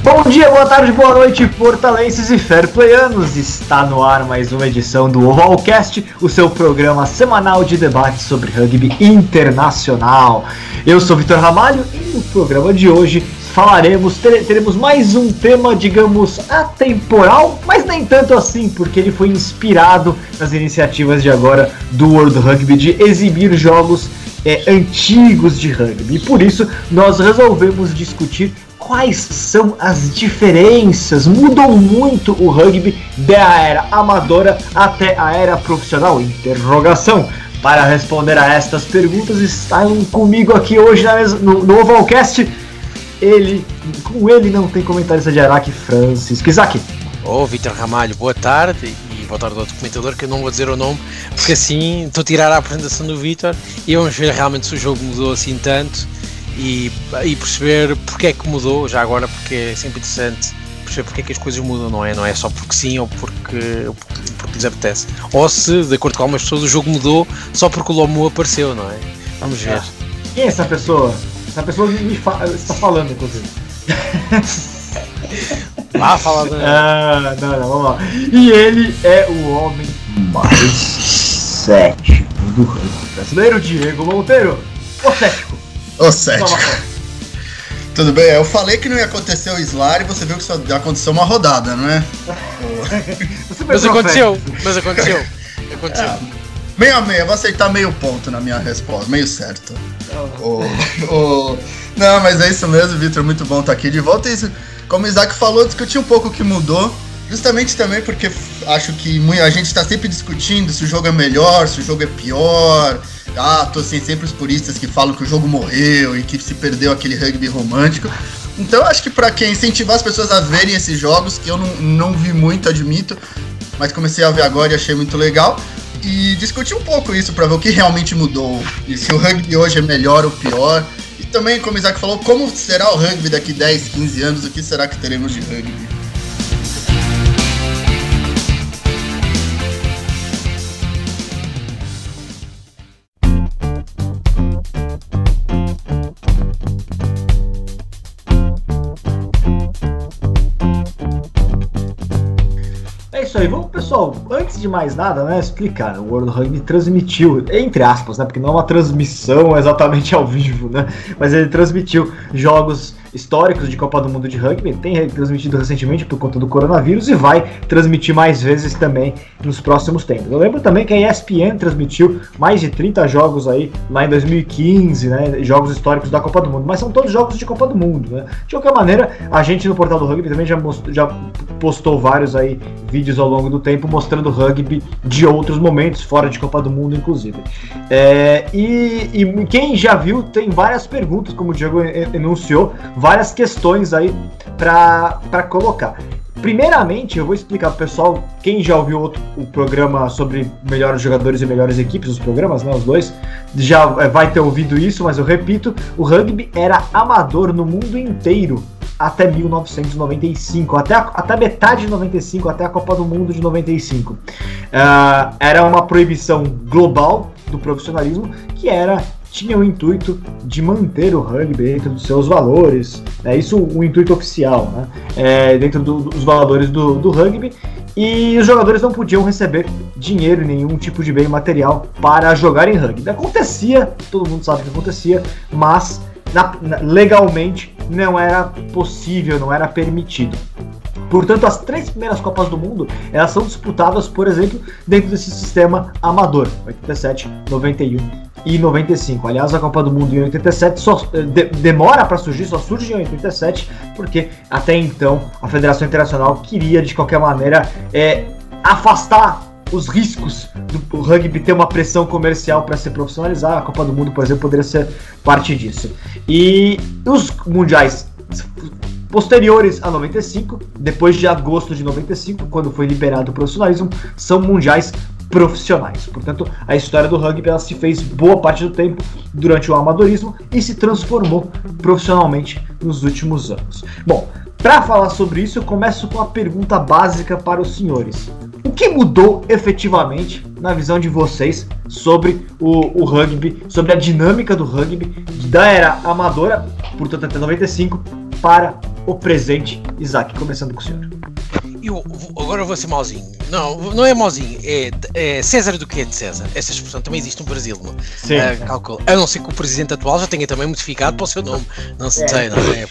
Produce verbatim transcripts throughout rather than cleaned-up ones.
Bom dia, boa tarde, boa noite, portalenses e fairplayanos! Está no ar mais uma edição do Ovalcast, o seu programa semanal de debate sobre rugby internacional. Eu sou Vitor Ramalho e no programa de hoje falaremos, teremos mais um tema, digamos, atemporal, mas nem tanto assim, porque ele foi inspirado nas iniciativas de agora do World Rugby de exibir jogos é, antigos de rugby. E por isso nós resolvemos discutir quais são as diferenças. Mudou muito o rugby da era amadora até a era profissional? Interrogação. Para responder a estas perguntas, estão comigo aqui hoje no, no Ovalcast. Ele, com ele não tem comentarista de Araque, Francisco Isaac. Ô, oh, Vitor Ramalho, boa tarde. E boa tarde ao outro comentador, que eu não vou dizer o nome, porque assim estou a tirar a apresentação do Vitor e vamos ver realmente se o jogo mudou assim tanto. E, e perceber porque é que mudou, já agora, porque é sempre interessante perceber porque é que as coisas mudam, não é? Não é só porque sim ou porque, porque lhes apetece. Ou se, de acordo com algumas pessoas, o jogo mudou só porque o Lomu apareceu, não é? Vamos ver. Quem é essa pessoa? Essa pessoa me fa- está falando, inclusive. Vá falar da... Ah, não, não, vamos lá. E ele é o homem mais cético do rugby brasileiro, Diego Monteiro. O cético. Ô, cético. Tudo bem, eu falei que não ia acontecer o Slar e você viu que só aconteceu uma rodada, não é? Mas aconteceu, mas aconteceu. aconteceu. É, meio a meio, eu vou aceitar meio ponto na minha resposta, meio certo. Oh, oh. Não, mas é isso mesmo, Vitor, muito bom estar aqui de volta. E como o Isaac falou, discutir um pouco o que mudou, justamente também porque acho que a gente está sempre discutindo se o jogo é melhor, se o jogo é pior. Ah, tô assim, sempre os puristas que falam que o jogo morreu e que se perdeu aquele rugby romântico. Então acho que pra quem incentivar as pessoas a verem esses jogos, que eu não, não vi muito, admito, mas comecei a ver agora e achei muito legal, e discutir um pouco isso pra ver o que realmente mudou, e se o rugby hoje é melhor ou pior, e também, como o Isaac falou, como será o rugby daqui dez, quinze anos, o que será que teremos de rugby? Aí, vamos, pessoal, antes de mais nada, né, explicar, o World Rugby transmitiu, entre aspas, né, porque não é uma transmissão exatamente ao vivo, né, mas ele transmitiu jogos históricos de Copa do Mundo de Rugby, tem transmitido recentemente por conta do coronavírus e vai transmitir mais vezes também nos próximos tempos. Eu lembro também que a E S P N transmitiu mais de trinta jogos aí lá em dois mil e quinze, né, jogos históricos da Copa do Mundo, mas são todos jogos de Copa do Mundo, né. De qualquer maneira, a gente no Portal do Rugby também já, most- já postou vários aí vídeos ao longo do tempo mostrando rugby de outros momentos, fora de Copa do Mundo, inclusive. É, e, e quem já viu tem várias perguntas, como o Diego enunciou, várias questões aí para colocar. Primeiramente, eu vou explicar pro pessoal, quem já ouviu outro, o programa sobre melhores jogadores e melhores equipes, os programas, né, os dois, já vai ter ouvido isso, mas eu repito, o rugby era amador no mundo inteiro até mil novecentos e noventa e cinco, até, a, até metade de noventa e cinco, até a Copa do Mundo de noventa e cinco. Uh, era uma proibição global do profissionalismo que era, tinha o intuito de manter o rugby dentro dos seus valores, né, isso o intuito oficial, né, é, dentro do, dos valores do, do rugby, e os jogadores não podiam receber dinheiro e nenhum tipo de bem material para jogar em rugby. Acontecia, todo mundo sabe que acontecia, mas na, na, legalmente não era possível, não era permitido. Portanto, as três primeiras Copas do Mundo, elas são disputadas, por exemplo, dentro desse sistema amador, oitenta e sete, noventa e um e noventa e cinco. Aliás, a Copa do Mundo em oitenta e sete só de, demora para surgir, só surge em oitenta e sete, porque até então a Federação Internacional queria, de qualquer maneira, é, afastar os riscos do rugby ter uma pressão comercial para se profissionalizar. A Copa do Mundo, por exemplo, poderia ser parte disso. E os mundiais posteriores a noventa e cinco, depois de agosto de noventa e cinco, quando foi liberado o profissionalismo, são mundiais profissionais. Portanto, a história do rugby ela se fez boa parte do tempo durante o amadorismo e se transformou profissionalmente nos últimos anos. Bom, para falar sobre isso, eu começo com a pergunta básica para os senhores. O que mudou efetivamente, na visão de vocês, sobre o, o rugby, sobre a dinâmica do rugby da era amadora, portanto até noventa e cinco, para o presente. Isaac, começando com o senhor. Eu, agora eu vou ser mauzinho. Não, não é mauzinho, é, é César do que é de César. Essa expressão também existe no Brasil, não? Sim. Uh, calculo. A não ser que o presidente atual já tenha também modificado para o seu nome. Não se sei, não é?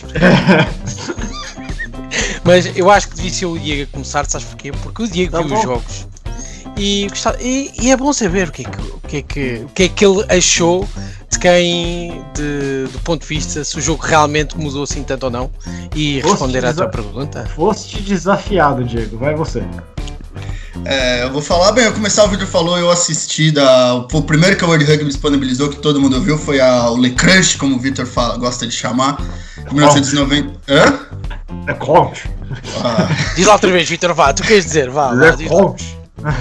Mas eu acho que devia ser o Diego a começar, sabes porquê? Porque o Diego tá viu bom. Os jogos e, e, e é bom saber o que é que, o que, é que, o que, é que ele achou de quem, de, do ponto de vista, se o jogo realmente mudou assim tanto ou não, e Foste responder à tua pergunta. Foste desafiado, Diego, vai você. É, eu vou falar, bem, eu começar o vídeo falou, eu assisti, da, o primeiro que a World Rugby disponibilizou, que todo mundo viu, foi a, o Le Crunch, como o Victor fala, gosta de chamar, em mil novecentos e noventa... Hã? É Crunch. Ah. Diz lá outra vez, Victor, vá, tu queres dizer, vá. É Crunch.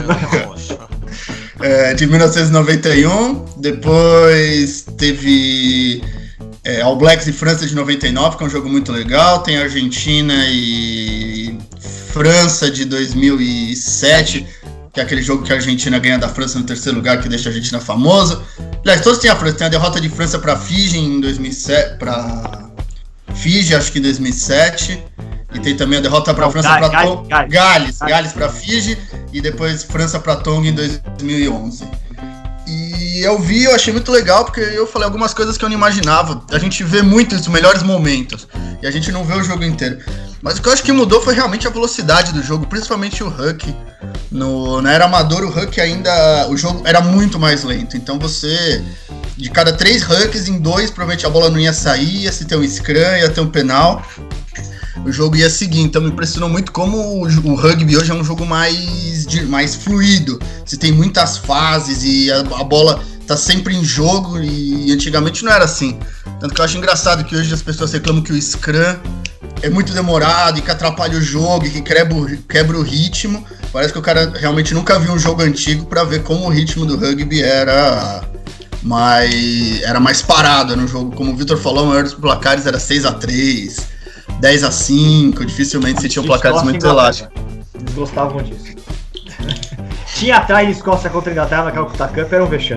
É, de mil novecentos e noventa e um, depois teve é, All Blacks e França de noventa e nove, que é um jogo muito legal, tem Argentina e França de dois mil e sete, que é aquele jogo que a Argentina ganha da França no terceiro lugar, que deixa a Argentina famosa. Aliás, todos têm a França, tem a derrota de França para Fiji em dois mil e sete, para Fiji, acho que em dois mil e sete, e tem também a derrota para França para Tonga, Gales, Gales para Fiji, e depois França para Tonga em dois mil e onze. E eu vi, eu achei muito legal, porque eu falei algumas coisas que eu não imaginava. A gente vê muito os melhores momentos, e a gente não vê o jogo inteiro. Mas o que eu acho que mudou foi realmente a velocidade do jogo, principalmente o Huck. No, na era amador, o Huck ainda... o jogo era muito mais lento, então você... de cada três Hucks, em dois, provavelmente a bola não ia sair, ia se ter um scrum, ia ter um penal. O jogo ia seguir, então me impressionou muito como o, o rugby hoje é um jogo mais, de, mais fluido. Você tem muitas fases e a, a bola tá sempre em jogo, e antigamente não era assim. Tanto que eu acho engraçado que hoje as pessoas reclamam que o scrum é muito demorado e que atrapalha o jogo e que quebra, quebra o ritmo. Parece que o cara realmente nunca viu um jogo antigo para ver como o ritmo do rugby era mais, era mais parado no jogo. Como o Victor falou, o maior dos placares era seis a três, dez a cinco, dificilmente você tinha placares muito elásticos. Eles gostavam disso. Tinha atrás Escócia contra a Inglaterra na Calcutta Cup, era um vexame.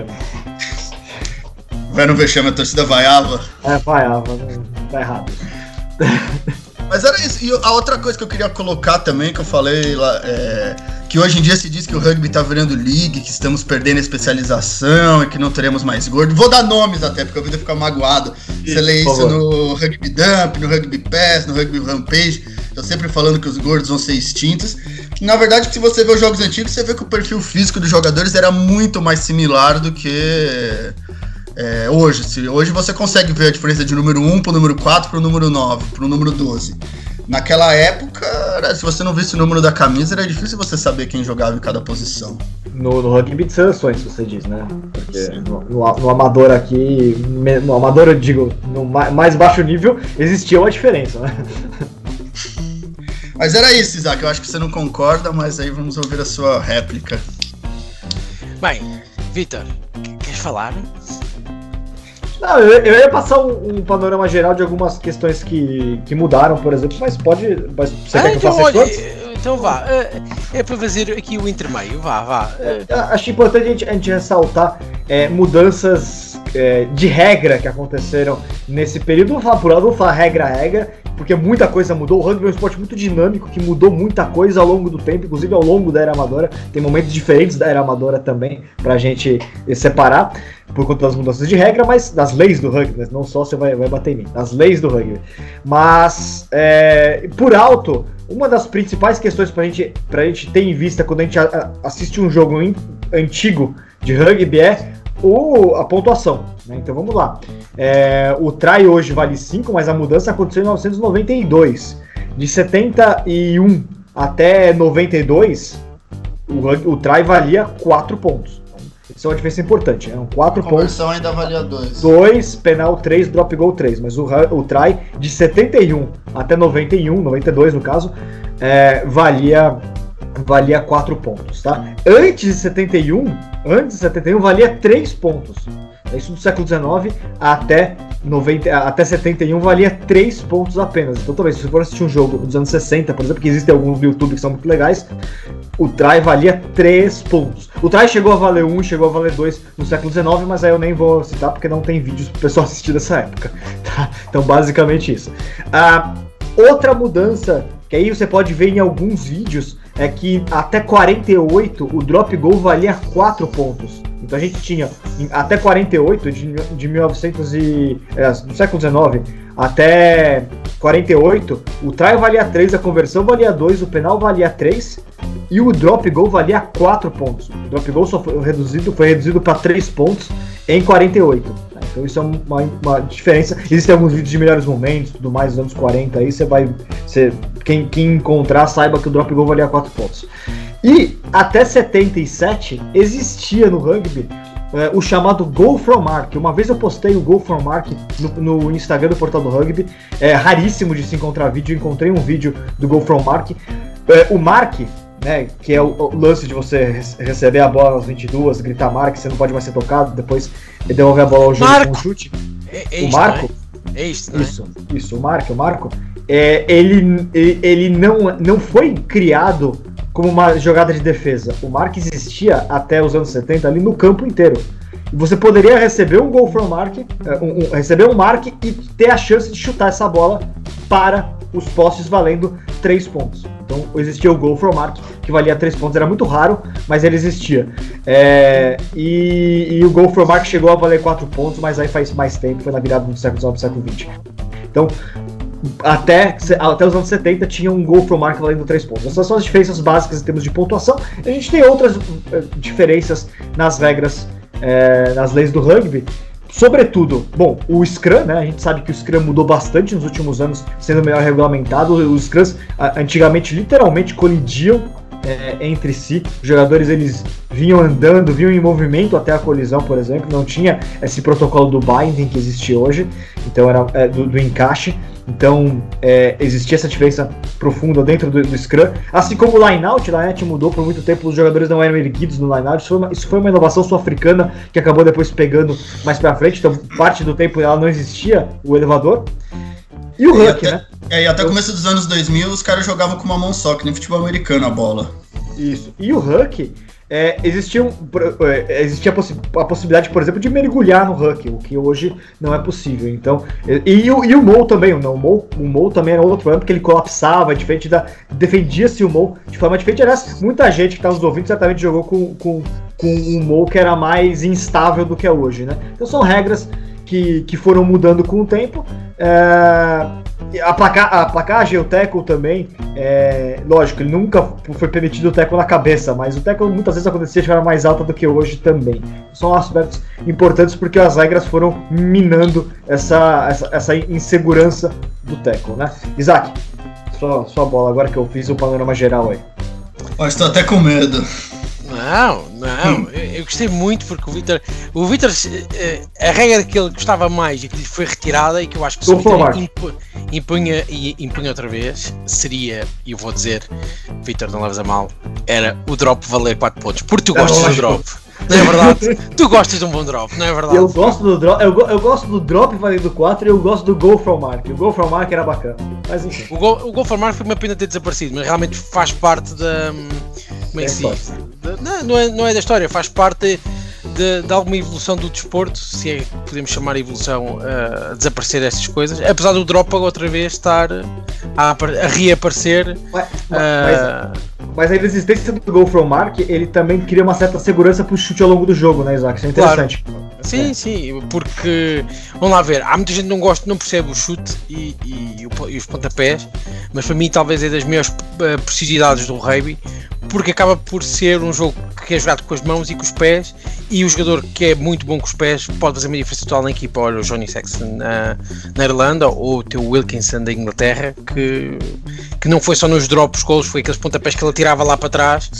Era um vexame, a torcida vaiava. É, vaiava, tá errado. Mas era isso. E a outra coisa que eu queria colocar também, que eu falei lá, é que hoje em dia se diz que o rugby tá virando league, que estamos perdendo a especialização e que não teremos mais gordo. Vou dar nomes até, porque a vida fica magoado. Isso, você lê isso no Rugby Dump, no Rugby Pass, no Rugby Rampage. Tô sempre falando que os gordos vão ser extintos. Na verdade, se você vê os jogos antigos, você vê que o perfil físico dos jogadores era muito mais similar do que... É, hoje, se, hoje você consegue ver a diferença de número um pro número quatro pro número nove, pro número doze. Naquela época, se você não visse o número da camisa, era difícil você saber quem jogava em cada posição. No, no rugby de seleções, você diz, né? Porque no, no, no amador aqui, no amador eu digo, no mais baixo nível, existia uma diferença, né? Mas era isso, Isaac, eu acho que você não concorda, mas aí vamos ouvir a sua réplica. Bem, Victor, queres falar? Não, eu, eu ia passar um, um panorama geral de algumas questões que, que mudaram, por exemplo, mas pode... Mas você ah, quer então, que eu faça olha, isso antes? Então vá, é, é para fazer aqui o intermeio, vá, vá. É, acho importante a gente, a gente ressaltar é, mudanças é, de regra que aconteceram nesse período. Vou falar por lado, vou falar regra a regra, porque muita coisa mudou. O rugby é um esporte muito dinâmico, que mudou muita coisa ao longo do tempo, inclusive ao longo da era amadora. Tem momentos diferentes da era amadora também, pra gente separar, por conta das mudanças de regra, mas das leis do rugby, não só você vai, vai bater em mim, das leis do rugby. Mas, é, por alto, uma das principais questões pra gente, pra gente ter em vista quando a gente a, assiste um jogo in, antigo de rugby é o, a pontuação, né? Então vamos lá. É, o try hoje vale cinco, mas a mudança aconteceu em mil novecentos e noventa e dois. De setenta e um até noventa e dois, o, o try valia quatro pontos. Isso é uma diferença importante. Eram quatro pontos. A conversão ainda valia dois. dois, penal três, drop goal três. Mas o, o try de setenta e um até noventa e um, noventa e dois no caso, é, valia valia quatro pontos, tá? Antes de setenta e um, antes de setenta e um valia três pontos. Isso do século dezenove até, noventa, até setenta e um valia três pontos apenas. Então talvez se você for assistir um jogo dos anos sessenta, por exemplo, que existem alguns no YouTube que são muito legais, o try valia três pontos. O try chegou a valer um, chegou a valer dois no século dezenove, mas aí eu nem vou citar porque não tem vídeos pro pessoal assistir dessa época, tá? Então basicamente isso. Ah, outra mudança, que aí você pode ver em alguns vídeos, é que até quarenta e oito o drop goal valia quatro pontos. Então a gente tinha até quarenta e oito, de, de mil e novecentos e... É, no século dezenove até quarenta e oito, o try valia três, a conversão valia dois, o penal valia três e o drop goal valia quatro pontos. O drop goal só foi reduzido, foi reduzido para três pontos em quarenta e oito. Então isso é uma, uma diferença. Existem alguns vídeos de melhores momentos, tudo mais, dos anos quarenta, aí você vai... Você, quem, quem encontrar, saiba que o drop goal valia quatro pontos. E até setenta e sete existia no rugby é, o chamado Goal from Mark. Uma vez eu postei o Goal from Mark no, no Instagram do Portal do Rugby. É raríssimo de se encontrar vídeo. Eu encontrei um vídeo do Goal from Mark. É, o Mark, né, que é o, o lance de você receber a bola nas vinte e duas, gritar Mark, você não pode mais ser tocado, depois devolver a bola ao jogo com um chute. É, é o isto, Marco, é? É isto, não é? isso, isso, o Marco, o Marco, é, ele, ele, ele não, não foi criado como uma jogada de defesa. O Mark existia até os anos setenta ali no campo inteiro. E você poderia receber um goal from Mark, um, um, receber um Mark e ter a chance de chutar essa bola para os postes valendo três pontos. Então existia o goal from Mark, que valia três pontos, era muito raro, mas ele existia. É, e, e o goal from Mark chegou a valer quatro pontos, mas aí faz mais tempo, foi na virada do século dezenove, século vinte. Então, Até, até os anos setenta tinha um goal from mark valendo três pontos. Essas são as diferenças básicas em termos de pontuação. A gente tem outras uh, diferenças nas regras, uh, nas leis do rugby. Sobretudo, bom, o Scrum, né? A gente sabe que o Scrum mudou bastante nos últimos anos, sendo melhor regulamentado. Os Scrums uh, antigamente literalmente colidiam É, entre si, os jogadores eles vinham andando, vinham em movimento até a colisão, por exemplo, não tinha esse protocolo do binding que existe hoje, então era é, do, do encaixe, então é, existia essa diferença profunda dentro do, do Scrum, assim como o line-out, o line-out mudou por muito tempo, os jogadores não eram erguidos no line-out, isso foi uma, isso foi uma inovação sul-africana que acabou depois pegando mais pra frente, então parte do tempo ela não existia, o elevador. E o Huck, né? É, e até o começo dos anos dois mil os caras jogavam com uma mão só, que nem futebol americano a bola. Isso. E o Huck, é, existia, um, é, existia a, possi- a possibilidade, por exemplo, de mergulhar no Huck, o que hoje não é possível. Então, e, e, o, e o Mou também, não, o, Mou, o Mou também era outro problema, porque ele colapsava, diferente da, defendia-se o Mou de forma diferente. Aliás, muita gente que está nos ouvindo certamente jogou com, com, com um Mou que era mais instável do que é hoje, né? Então são regras que, que foram mudando com o tempo. É, a, placa, a placagem, o tackle também, é, lógico, ele nunca foi permitido o tackle na cabeça, mas o tackle muitas vezes acontecia de forma mais alta do que hoje também. São aspectos importantes porque as regras foram minando essa, essa, essa insegurança do tackle, né? Isaac, sua, sua bola agora que eu fiz o panorama geral aí. Ó, estou até com medo. Não, não, eu, eu gostei muito porque o Vítor, o Vítor, a regra que ele gostava mais e que lhe foi retirada e que eu acho que se o Vítor impu, impunha e impunha outra vez seria, e eu vou dizer, Vítor, não leves a mal, era o drop valer quatro pontos, porque tu gostas do drop. Não é verdade? Tu gostas de um bom drop, não é verdade? Eu gosto do drop, eu, eu gosto do drop valendo quatro e eu gosto do goal from mark. O goal from mark era bacana, mas enfim. O goal, o goal from mark foi uma pena ter desaparecido, mas realmente faz parte da... Como é que se diz? Não, não, é, não é da história, faz parte de, de alguma evolução do desporto, se é que podemos chamar a evolução a desaparecer essas coisas, apesar do drop outra vez estar a, a reaparecer. Mas, uh, mas, mas a existência do goal from mark, ele também cria uma certa segurança pro chute ao longo do jogo, né, Isaac? Isso é interessante. Claro. Sim, é. sim, porque, vamos lá ver, há muita gente que não gosta, não percebe o chute e, e, e os pontapés, mas para mim talvez é das maiores uh, precisidades do rugby, porque acaba por ser um jogo que é jogado com as mãos e com os pés, e o jogador que é muito bom com os pés pode fazer uma diferença total na equipa. Olha o Johnny Sexton na, na Irlanda, ou o teu Wilkinson da Inglaterra, que, que não foi só nos drops goals, foi aqueles pontapés que ele tirava lá para trás,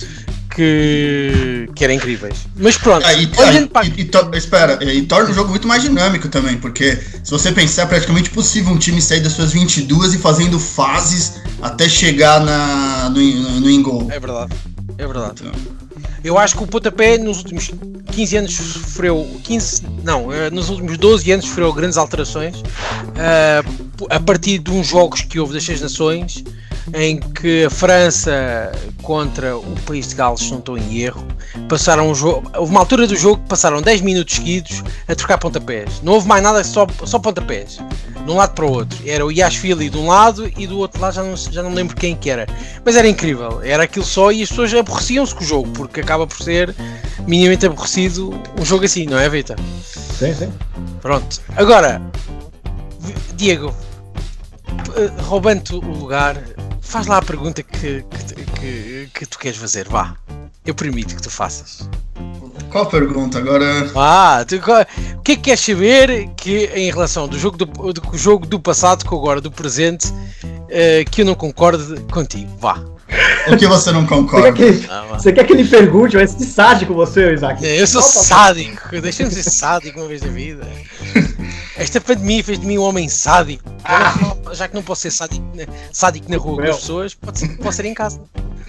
que, que eram incríveis. Mas pronto, ah, e, olhando para... e, e, to, espera, e torna o jogo muito mais dinâmico também, porque se você pensar, é praticamente possível um time sair das suas vinte e duas e fazendo fases até chegar na, no, no, no in-goal. É verdade, é verdade. Então. Eu acho que o pontapé nos últimos quinze anos sofreu, quinze, não, nos últimos doze anos sofreu grandes alterações, uh, a partir de uns jogos que houve das Seis Nações, em que a França contra o país de Gales, se não estou em erro, passaram um jogo, houve uma altura do jogo que passaram dez minutos seguidos a trocar pontapés, não houve mais nada, só, só pontapés. de um lado para o outro. Era o Yashvili de um lado e do outro lado já não, já não lembro quem que era. Mas era incrível, era aquilo só e as pessoas aborreciam-se com o jogo, porque acaba por ser minimamente aborrecido um jogo assim, não é, Vitor? Sim, sim. Pronto. Agora, Diego, roubando-te o lugar, faz lá a pergunta que, que, que, que tu queres fazer, vá. Eu permito que tu faças. Qual pergunta? Agora. Ah, tu, o que é que queres saber que em relação do jogo do, do jogo do passado com agora do presente uh, que eu não concordo contigo? Vá. O que você não concorda? Você quer que, ah, você quer que ele pergunte, vai ser sádico você, Isaac? Eu sou Opa, sádico, deixa-me ser sádico uma vez na vida. Esta pandemia fez de mim um homem sádico. Ah. Já que não posso ser sádico, sádico na rua Meu. com as pessoas, pode ser, pode ser em casa.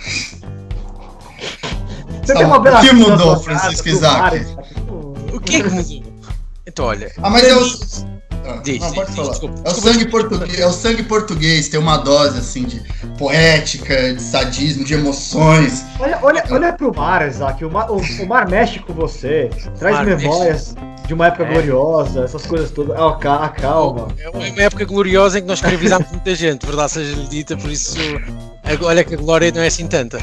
Você tem uma bela o que mudou, Francisco Isaac? O que é que mudou? Então, olha. Ah, mas é o. Ah, diz, não, diz, pode diz, falar. Desculpa, é, o sangue português, é o sangue português, tem uma dose assim de poética, de sadismo, de emoções. Olha, olha, olha pro mar, Isaac. O mar, o, o mar mexe com você, traz mar memórias mexe. de uma época é. gloriosa, essas coisas todas. Ah, calma. É uma época gloriosa em que nós escravizámos muita gente, verdade seja dita, por isso. Olha que a glória não é assim tanta.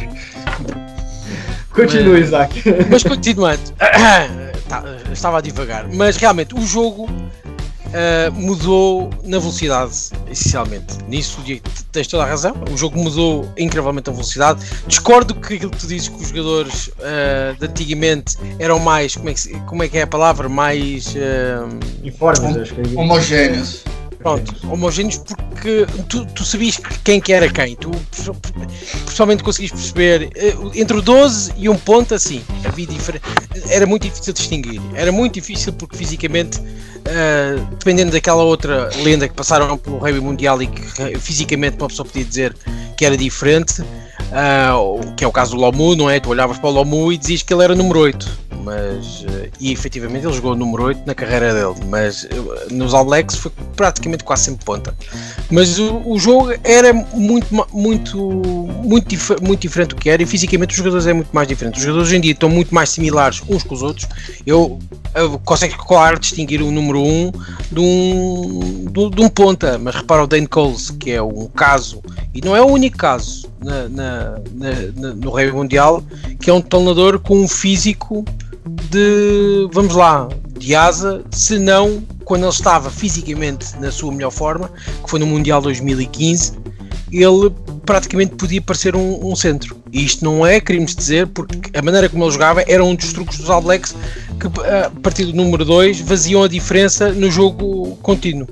Continue, Isaac. Mas continuando, tá, estava a divagar, mas realmente o jogo uh, mudou na velocidade, essencialmente. Nisso tens toda a razão, o jogo mudou incrivelmente a velocidade. Discordo que aquilo que tu dizes que os jogadores uh, de antigamente eram mais, como é que, como é, que é a palavra, mais... Uh, Informes, acho que é. Homogéneos. Pronto, homogéneos porque tu, tu sabias quem que era quem, tu pessoalmente conseguias perceber entre o doze e um ponto assim, havia diferença, era muito difícil de distinguir, era muito difícil porque fisicamente, uh, dependendo daquela outra lenda que passaram pelo rugby mundial e que fisicamente uma pessoa podia dizer que era diferente, uh, que é o caso do Lomu, não é? Tu olhavas para o Lomu e dizias que ele era número oito. Mas, e efetivamente ele jogou o número oito na carreira dele, mas nos All Blacks foi praticamente quase sempre ponta. Mas o, o jogo era muito, muito, muito, dif- muito diferente do que era, e fisicamente os jogadores é muito mais diferente. Os jogadores hoje em dia estão muito mais similares uns com os outros. Eu, eu consigo, claro, distinguir o número um de um, de, de um ponta, mas repara o Dane Coles, que é um caso, e não é o único caso na, na, na, na, no rugby mundial, que é um talonador com um físico de, vamos lá, de asa, se não quando ele estava fisicamente na sua melhor forma, que foi no Mundial dois mil e quinze, ele praticamente podia parecer um, um centro. E isto não é, queríamos dizer, porque a maneira como ele jogava era um dos truques dos All Blacks que, a partir do número dois, vaziam a diferença no jogo contínuo.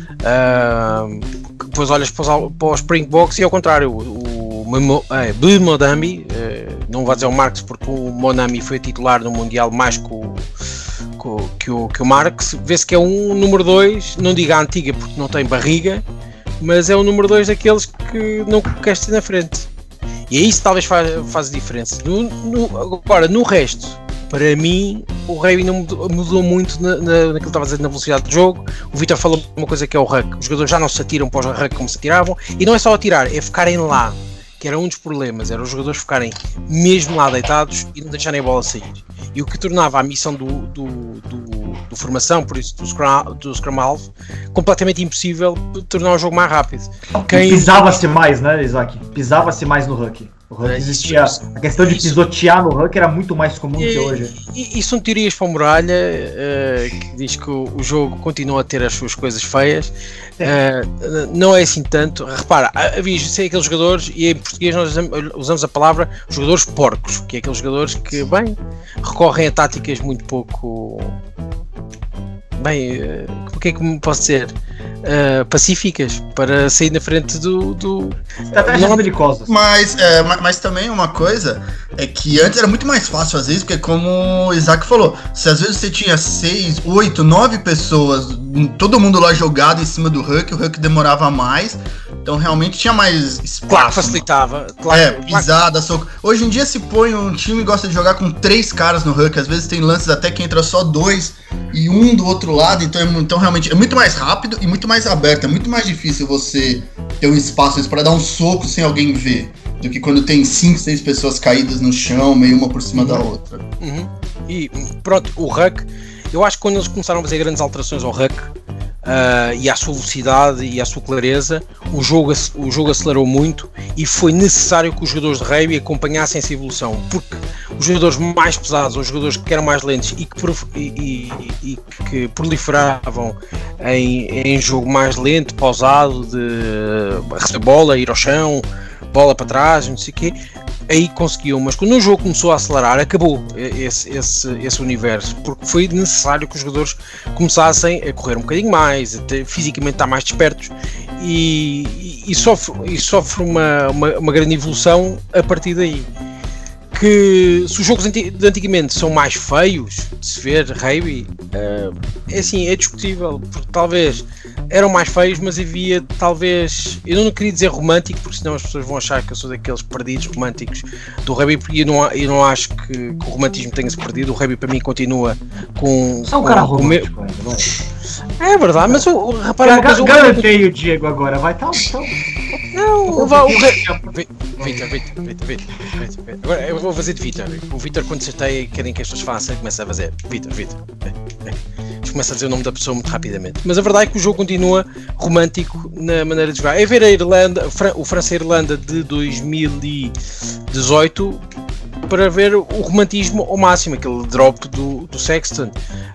Uh, depois olhas para os, para os Springboks e ao contrário, o, o é, Blue Monami, é, não vou dizer o Marx porque o Monami foi titular no Mundial mais que o, que o, que o Marx, vê-se que é um número dois, não diga a antiga porque não tem barriga, mas é o número dois daqueles que não queres ter na frente. E é isso que talvez faz, faz a diferença. No, no, agora, no resto, para mim, o rugby não mudou, mudou muito na, na, naquilo que estava a dizer na velocidade do jogo. O Vitor falou uma coisa que é o ruck. Os jogadores já não se atiram para os ruck como se atiravam. E não é só atirar, é ficarem lá. Que era um dos problemas, era os jogadores ficarem mesmo lá deitados e não deixarem a bola sair. E o que tornava a missão do, do, do, do formação, por isso do Scrum, do Scrum Half, completamente impossível tornar o jogo mais rápido. Quem... Pisava-se mais, né, Isaac? Pisava-se mais no ruck. O ruck existia. A questão de pisotear no ruck era muito mais comum e, que hoje. E, e são teorias para a muralha, uh, que diz que o, o jogo continua a ter as suas coisas feias. Uh, não é assim tanto. Repara, havia sei, aqueles jogadores, e em português nós usamos a palavra jogadores porcos, que é aqueles jogadores que, bem, recorrem a táticas muito pouco. Bem, o que é que me posso dizer? Uh, pacíficas para sair na frente do. do não belicosas. Mas, é, mas, mas também uma coisa é que antes era muito mais fácil às vezes, porque como o Isaac falou, se às vezes você tinha seis, oito, nove pessoas, todo mundo lá jogado em cima do ruck, o ruck demorava mais, então realmente tinha mais espaço. Claro, facilitava. Claro, é, pisada, soco. Hoje em dia se põe um time e gosta de jogar com três caras no ruck, às vezes tem lances até que entra só dois e um do outro lado, então, é, então realmente é muito mais rápido e muito mais aberto, é muito mais difícil você ter um espaço para dar um soco sem alguém ver, do que quando tem cinco, seis pessoas caídas no chão, meio uma por cima uhum. da outra. Uhum. E pronto, o ruck, eu acho que quando eles começaram a fazer grandes alterações ao ruck, uh, e à sua velocidade e à sua clareza, o jogo, o jogo acelerou muito e foi necessário que os jogadores de rugby acompanhassem essa evolução, porque os jogadores mais pesados, os jogadores que eram mais lentos e que, e, e, e que proliferavam em, em jogo mais lento, pausado, de receber bola, ir ao chão, bola para trás, não sei o quê, aí conseguiu, mas quando o jogo começou a acelerar, acabou esse, esse, esse universo, porque foi necessário que os jogadores começassem a correr um bocadinho mais, a ter, fisicamente estar mais despertos, e, e, e sofre, e sofre uma, uma, uma grande evolução a partir daí. Que se os jogos de antigamente são mais feios de se ver rugby, uh, é assim, é discutível, porque talvez eram mais feios, mas havia talvez, eu não queria dizer romântico, porque senão as pessoas vão achar que eu sou daqueles perdidos românticos do rugby, porque eu não, eu não acho que, que o romantismo tenha-se perdido. O rugby para mim continua com... Só um cara romântico ainda, vai. É verdade, mas o rapaz... Garantei o Diego agora, vai estar... Tá, não, vá, o Vitor, Vitor, Vitor, Vitor, agora eu vou fazer de Vitor. O Vitor, quando chateia, querem que as pessoas façam, começa a fazer Vitor, Vitor. Começa a dizer o nome da pessoa muito rapidamente. Mas a verdade é que o jogo continua romântico na maneira de jogar. É ver a Irlanda, o França-Irlanda de dois mil e dezoito para ver o romantismo ao máximo, aquele drop do, do Sexton.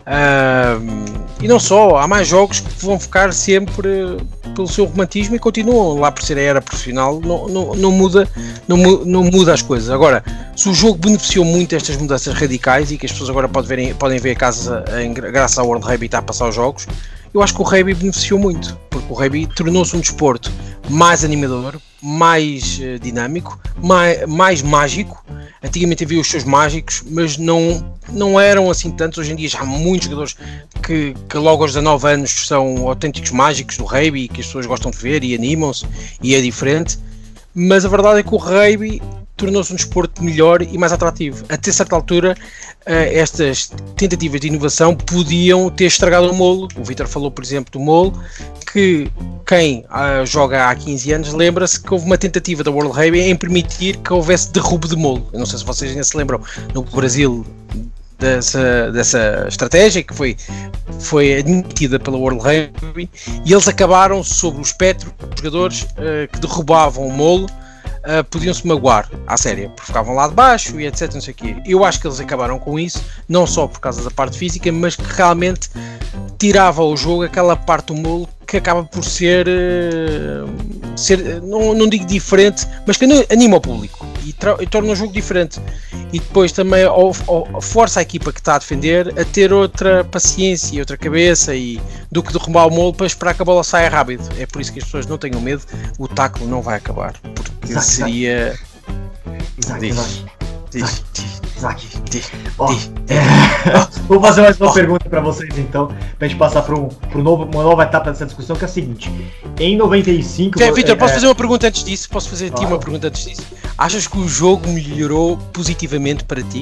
Uh, e não só, há mais jogos que vão ficar sempre pelo seu romantismo e continuam lá por ser a era profissional, não, não, não, muda, não, não muda as coisas. Agora, se o jogo beneficiou muito destas mudanças radicais e que as pessoas agora podem ver, podem ver a casa em, graças ao World Rugby estar a passar os jogos, eu acho que o rugby beneficiou muito, porque o rugby tornou-se um desporto mais animador, mais uh, dinâmico, mais, mais mágico. Antigamente havia os seus mágicos, mas não, não eram assim tantos. Hoje em dia já há muitos jogadores que, que logo aos dezanove anos são autênticos mágicos do rugby, que as pessoas gostam de ver e animam-se, e é diferente. Mas a verdade é que o rugby tornou-se um desporto melhor e mais atrativo. Até certa altura, uh, estas tentativas de inovação podiam ter estragado o molo. O Vitor falou, por exemplo, do molo, que quem uh, joga há quinze anos lembra-se que houve uma tentativa da World Rugby em permitir que houvesse derrubo de molo. Eu não sei se vocês ainda se lembram, no Brasil, dessa, dessa estratégia que foi, foi admitida pela World Rugby, e eles acabaram sobre o espectro dos jogadores uh, que derrubavam o molo. Uh, podiam-se magoar à séria, porque ficavam lá de baixo e etc, não sei o quê. Eu acho que eles acabaram com isso, não só por causa da parte física, mas que realmente tirava ao jogo aquela parte do molo que acaba por ser, uh, ser não, não digo diferente, mas que anima o público e, e torna o jogo diferente. E depois também ou, ou, força a equipa que está a defender a ter outra paciência e outra cabeça e, do que derrubar o molo para esperar que a bola saia rápido. É por isso que as pessoas não tenham medo, o tackle não vai acabar, porque exato, seria... Exato, diz, exato. Diz, diz, Isaac, diz, oh, diz, é... vou fazer mais uma oh. pergunta para vocês então, pra gente passar para um, um novo, uma nova etapa dessa discussão, que é a seguinte: em noventa e cinco... É, Vitor, é, posso fazer uma pergunta antes disso? Posso fazer claro. ti uma pergunta antes disso? Achas que o jogo melhorou positivamente para ti?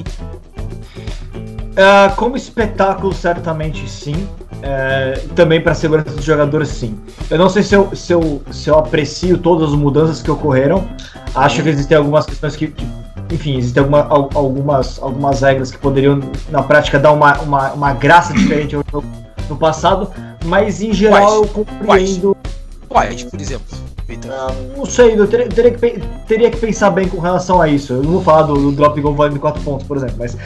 Uh, como espetáculo, certamente sim. Uh, também para a segurança dos jogadores, sim. Eu não sei se eu, se, eu, se eu aprecio todas as mudanças que ocorreram. Acho que existem algumas questões que, que enfim, existem alguma, algumas, algumas regras que poderiam, na prática, dar uma, uma, uma graça diferente ao jogo no passado, mas em geral Quais? eu compreendo. Quais? Quais, por exemplo? Uh, não sei, eu teria, teria, que, teria que pensar bem com relação a isso. Eu não vou falar do, do drop de gol valendo quatro pontos, por exemplo, mas.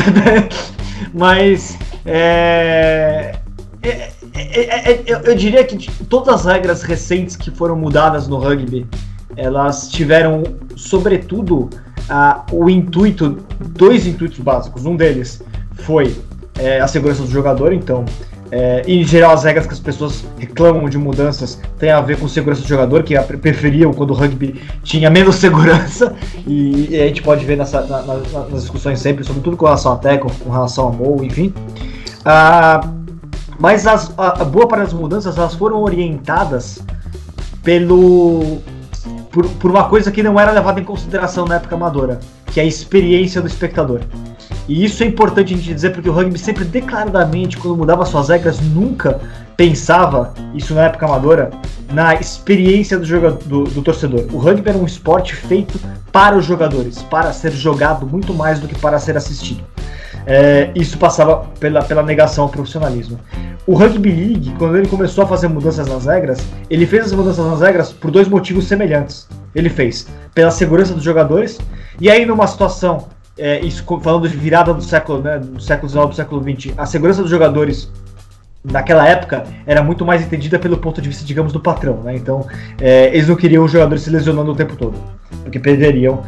mas. É, é, é, é, eu, eu diria que todas as regras recentes que foram mudadas no rugby, elas tiveram, sobretudo, uh, o intuito, dois intuitos básicos. Um deles foi é, a segurança do jogador, então. É, em geral, as regras que as pessoas reclamam de mudanças têm a ver com segurança do jogador, que preferiam quando o rugby tinha menos segurança, e, e a gente pode ver nessa, na, na, nas discussões sempre, sobretudo com relação a tackle, com relação a mole, enfim. Ah, mas as, a, a boa parte das mudanças elas foram orientadas pelo, por, por uma coisa que não era levada em consideração na época amadora, que é a experiência do espectador. E isso é importante a gente dizer, porque o rugby sempre declaradamente, quando mudava suas regras, nunca pensava, isso na época amadora, na experiência do, jogador, do, do torcedor. O rugby era um esporte feito para os jogadores, para ser jogado muito mais do que para ser assistido. é, isso passava pela, pela negação ao profissionalismo. O Rugby League, quando ele começou a fazer mudanças nas regras, ele fez as mudanças nas regras por dois motivos semelhantes. Ele fez pela segurança dos jogadores, e aí numa situação, é, isso falando de virada do século, né, do século dezenove para o século vinte, a segurança dos jogadores naquela época era muito mais entendida pelo ponto de vista, digamos, do patrão, né? Então, é, eles não queriam os jogadores se lesionando o tempo todo, porque perderiam,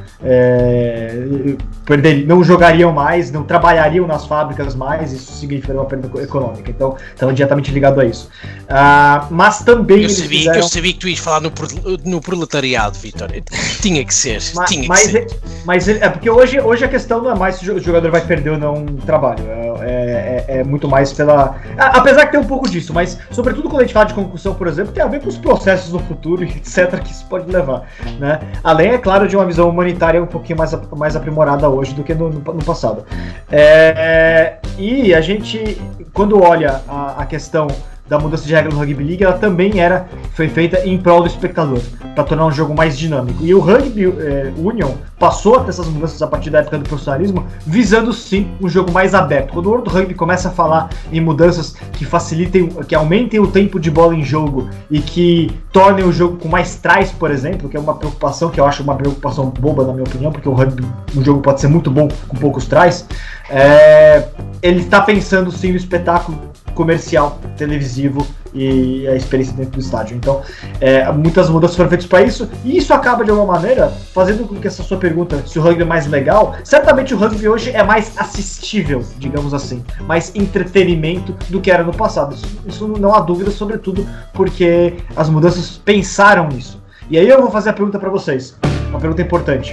é, perder, não jogariam mais, não trabalhariam nas fábricas mais, isso significaria uma perda econômica. Então, estava diretamente ligado a isso. Ah, mas também eu sabia, fizeram... eu sabia que tu ias falar no, no proletariado, Vitor. Tinha que ser, mas, tinha que mas, ser. Mas é porque hoje, hoje a questão não é mais se o jogador vai perder ou não um trabalho, é, é, é muito mais pela... Apesar que tem um pouco disso, mas sobretudo quando a gente fala de concussão, por exemplo, tem a ver com os processos no futuro, etcétera, que isso pode levar, né? Além, é claro, de uma visão humanitária um pouquinho mais, mais aprimorada hoje do que no, no, no passado. É, e a gente, quando olha a, a questão da mudança de regra no Rugby League, ela também era, foi feita em prol do espectador, para tornar um jogo mais dinâmico. E o Rugby é, Union passou a ter essas mudanças a partir da época do profissionalismo, visando sim um jogo mais aberto. Quando o World Rugby começa a falar em mudanças que facilitem, que aumentem o tempo de bola em jogo e que tornem o jogo com mais tries, por exemplo, que é uma preocupação que eu acho uma preocupação boba na minha opinião, porque o rugby, um jogo pode ser muito bom com poucos tries, é, ele está pensando sim no espetáculo comercial, televisivo e a experiência dentro do estádio. Então, é, muitas mudanças foram feitas para isso, e isso acaba de alguma maneira fazendo com que essa sua pergunta, se o rugby é mais legal, certamente o rugby hoje é mais assistível, digamos assim, mais entretenimento do que era no passado. Isso, isso não há dúvida, sobretudo porque as mudanças pensaram nisso. E aí eu vou fazer a pergunta para vocês, uma pergunta importante.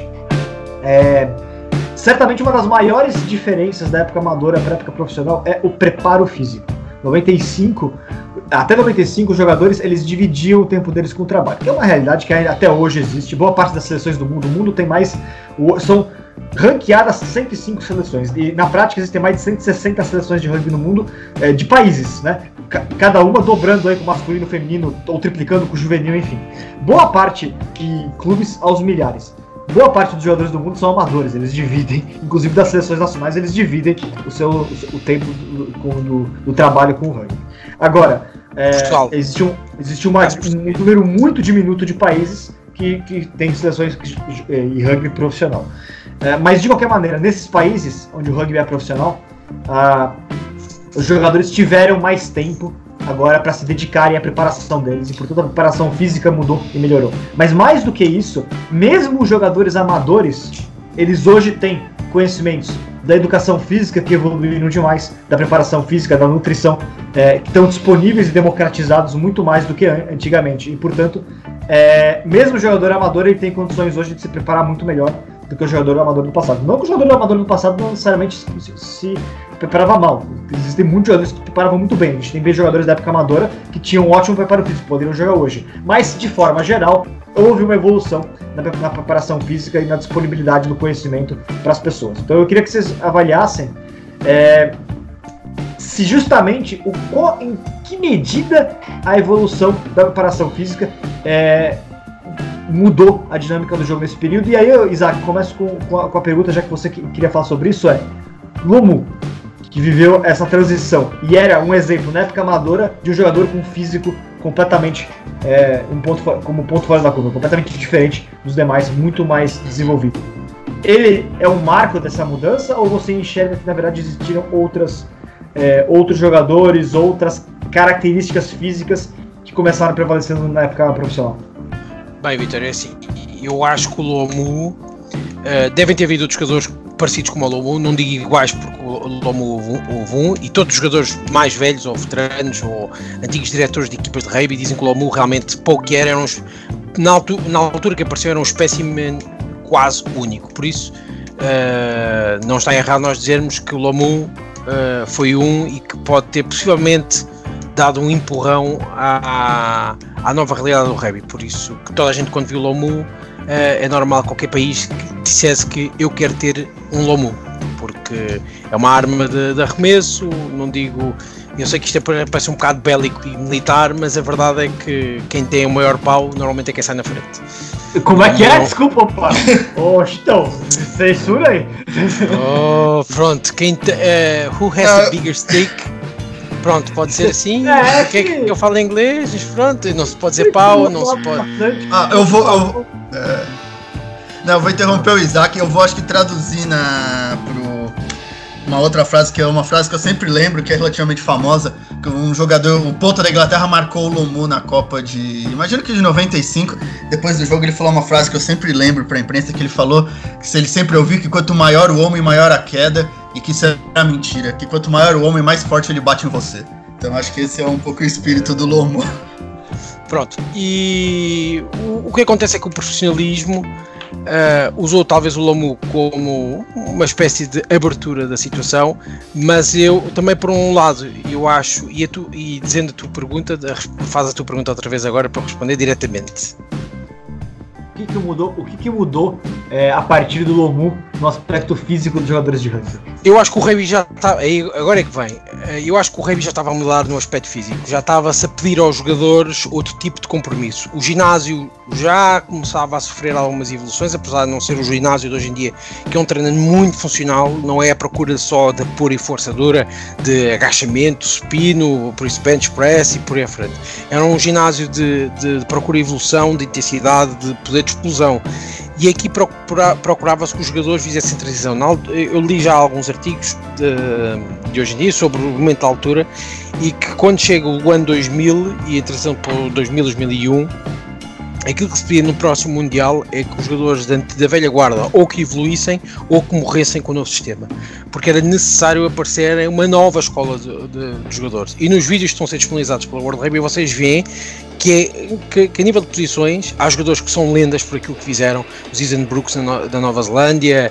É, certamente uma das maiores diferenças da época amadora para a época profissional é o preparo físico. noventa e cinco, até noventa e cinco, os jogadores eles dividiam o tempo deles com o trabalho, que é uma realidade que até hoje existe. Boa parte das seleções do mundo, o mundo tem mais, são ranqueadas cento e cinco seleções, e na prática existem mais de cento e sessenta seleções de rugby no mundo, é, de países, né? Cada uma dobrando aí com o masculino, feminino, ou triplicando com o juvenil, enfim. Boa parte de clubes aos milhares. Boa parte dos jogadores do mundo são amadores, eles dividem, inclusive das seleções nacionais, eles dividem o, seu, o tempo do, do, do trabalho com o rugby. Agora, é, existe, um, existe uma, um número muito diminuto de países que, que tem seleções e rugby profissional. É, mas, de qualquer maneira, nesses países onde o rugby é profissional, ah, os jogadores tiveram mais tempo agora para se dedicarem à preparação deles, e portanto a preparação física mudou e melhorou. Mas mais do que isso, mesmo os jogadores amadores, eles hoje têm conhecimentos da educação física que evoluíram demais, da preparação física, da nutrição, é, que estão disponíveis e democratizados muito mais do que antigamente, e portanto, é, mesmo o jogador amador ele tem condições hoje de se preparar muito melhor do que o jogador amador do passado. Não que o jogador amador do passado não necessariamente se, se preparava mal. Existem muitos jogadores que preparavam muito bem. A gente tem jogadores da época amadora que tinham um ótimo preparo físico, poderiam jogar hoje. Mas, de forma geral, houve uma evolução na, na preparação física e na disponibilidade do conhecimento para as pessoas. Então eu queria que vocês avaliassem é, se justamente o, em que medida a evolução da preparação física é, mudou a dinâmica do jogo nesse período. E aí, eu, Isaac, começo com, com, a, com a pergunta, já que você que, queria falar sobre isso, é Lomu, que viveu essa transição e era um exemplo na época amadora de um jogador com um físico completamente é, um ponto, como ponto fora da curva, completamente diferente dos demais, muito mais desenvolvido. Ele é um marco dessa mudança, ou você enxerga que na verdade existiram outras, é, outros jogadores, outras características físicas que começaram prevalecendo na época profissional? Bem, Vitor, é assim, eu acho que o Lomu uh, devem ter havido outros jogadores parecidos com o Lomu, não digo iguais porque o Lomu houve um, e todos os jogadores mais velhos ou veteranos ou antigos diretores de equipas de rugby dizem que o Lomu realmente pouco era, eram uns, na, altura, na altura que apareceu era um espécimen quase único, por isso uh, não está errado nós dizermos que o Lomu uh, foi um e que pode ter possivelmente dado um empurrão à, à nova realidade do rugby, por isso que toda a gente quando viu o Lomu é normal qualquer país que dissesse que eu quero ter um Lomu, porque é uma arma de, de arremesso, não digo Eu sei que isto é, parece um bocado bélico e militar, mas a verdade é que quem tem o maior pau normalmente é quem sai na frente. Como é que é? Desculpa, pá. Oh, então, censura aí. Oh, pronto. Quem te, uh, who has uh, the bigger stick? Pronto, pode ser assim. É, o que é que eu falo em inglês? Pronto, não se pode dizer pau, não se pode. Ah, eu vou. Eu vou é... Não, eu vou interromper o Isaac. Eu vou, acho que traduzir na pro uma outra frase que é uma frase que eu sempre lembro, que é relativamente famosa. Que um jogador, o ponta da Inglaterra, marcou o Lomu na Copa de, imagino que de noventa e cinco. Depois do jogo ele falou uma frase que eu sempre lembro pra imprensa, que ele falou que ele sempre ouviu que quanto maior o homem, maior a queda, e que isso era mentira, que quanto maior o homem, mais forte ele bate em você. Então acho que esse é um pouco o espírito do Lomu. Pronto, e o, o que acontece é que o profissionalismo Uh, usou talvez o Lomu como uma espécie de abertura da situação, mas eu também, por um lado, eu acho, e, a tu, e dizendo a tua pergunta, faz a tua pergunta outra vez agora para responder diretamente. O que, que mudou, o que, que mudou é, a partir do Lomu no aspecto físico dos jogadores de rugby? Eu acho que o rugby já está, agora é que vem, eu acho que o rugby já estava a mudar no aspecto físico, já estava-se a pedir aos jogadores outro tipo de compromisso. O ginásio já começava a sofrer algumas evoluções, apesar de não ser o ginásio de hoje em dia, que é um treino muito funcional, não é a procura só de pura e força dura, de agachamento, supino, por isso bench press e por aí à frente. Era um ginásio de, de, de procura evolução, de intensidade, de poder de explosão. E aqui procura, procurava-se que os jogadores fizessem transição. Eu li já alguns artigos de, de hoje em dia sobre o momento da altura, e que quando chega o ano dois mil e a transição para o dois mil, dois mil e um, aquilo que se pedia no próximo Mundial é que os jogadores da, da velha guarda ou que evoluíssem ou que morressem com o novo sistema, porque era necessário aparecer uma nova escola de, de, de jogadores. E nos vídeos que estão a ser disponibilizados pela World Rugby vocês veem que, é, que, que a nível de posições há jogadores que são lendas por aquilo que fizeram, o Zizen Brooks da Nova Zelândia,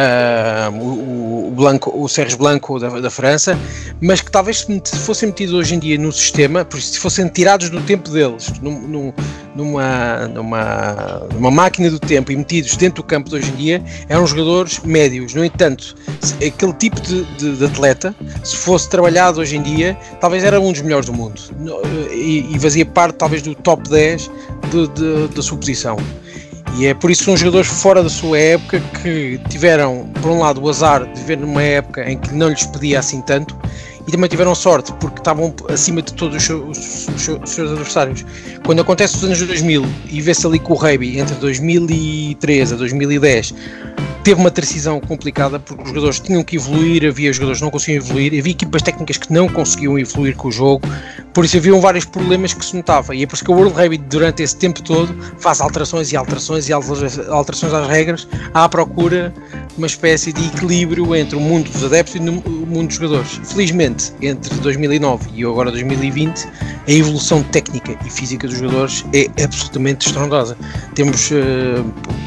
uh, o, o, Blanco, o Sérgio Blanco da, da França, mas que talvez se fossem metidos hoje em dia no sistema, por isso se fossem tirados do tempo deles, num, num, numa, numa, numa máquina do tempo e metidos dentro do campo de hoje em dia, eram jogadores médios. No entanto, aquele tipo de, de, de atleta, se fosse trabalhado hoje em dia, talvez era um dos melhores do mundo e, e fazia parte talvez do top dez de, de, da sua posição. E é por isso que são jogadores fora da sua época que tiveram, por um lado, o azar de viver numa época em que não lhes pedia assim tanto, e também tiveram sorte porque estavam acima de todos os seus, os seus, os seus adversários. Quando acontece os anos dois mil e vê-se ali com o rugby entre dois mil e treze a dois mil e dez, teve uma transição complicada porque os jogadores tinham que evoluir, havia jogadores que não conseguiam evoluir, havia equipas técnicas que não conseguiam evoluir com o jogo, por isso haviam vários problemas que se notava, e é por isso que o World Rugby durante esse tempo todo faz alterações e alterações e alterações às regras à procura de uma espécie de equilíbrio entre o mundo dos adeptos e o mundo dos jogadores. Felizmente, entre dois mil e nove e agora dois mil e vinte, a evolução técnica e física dos jogadores é absolutamente estrondosa. Temos uh,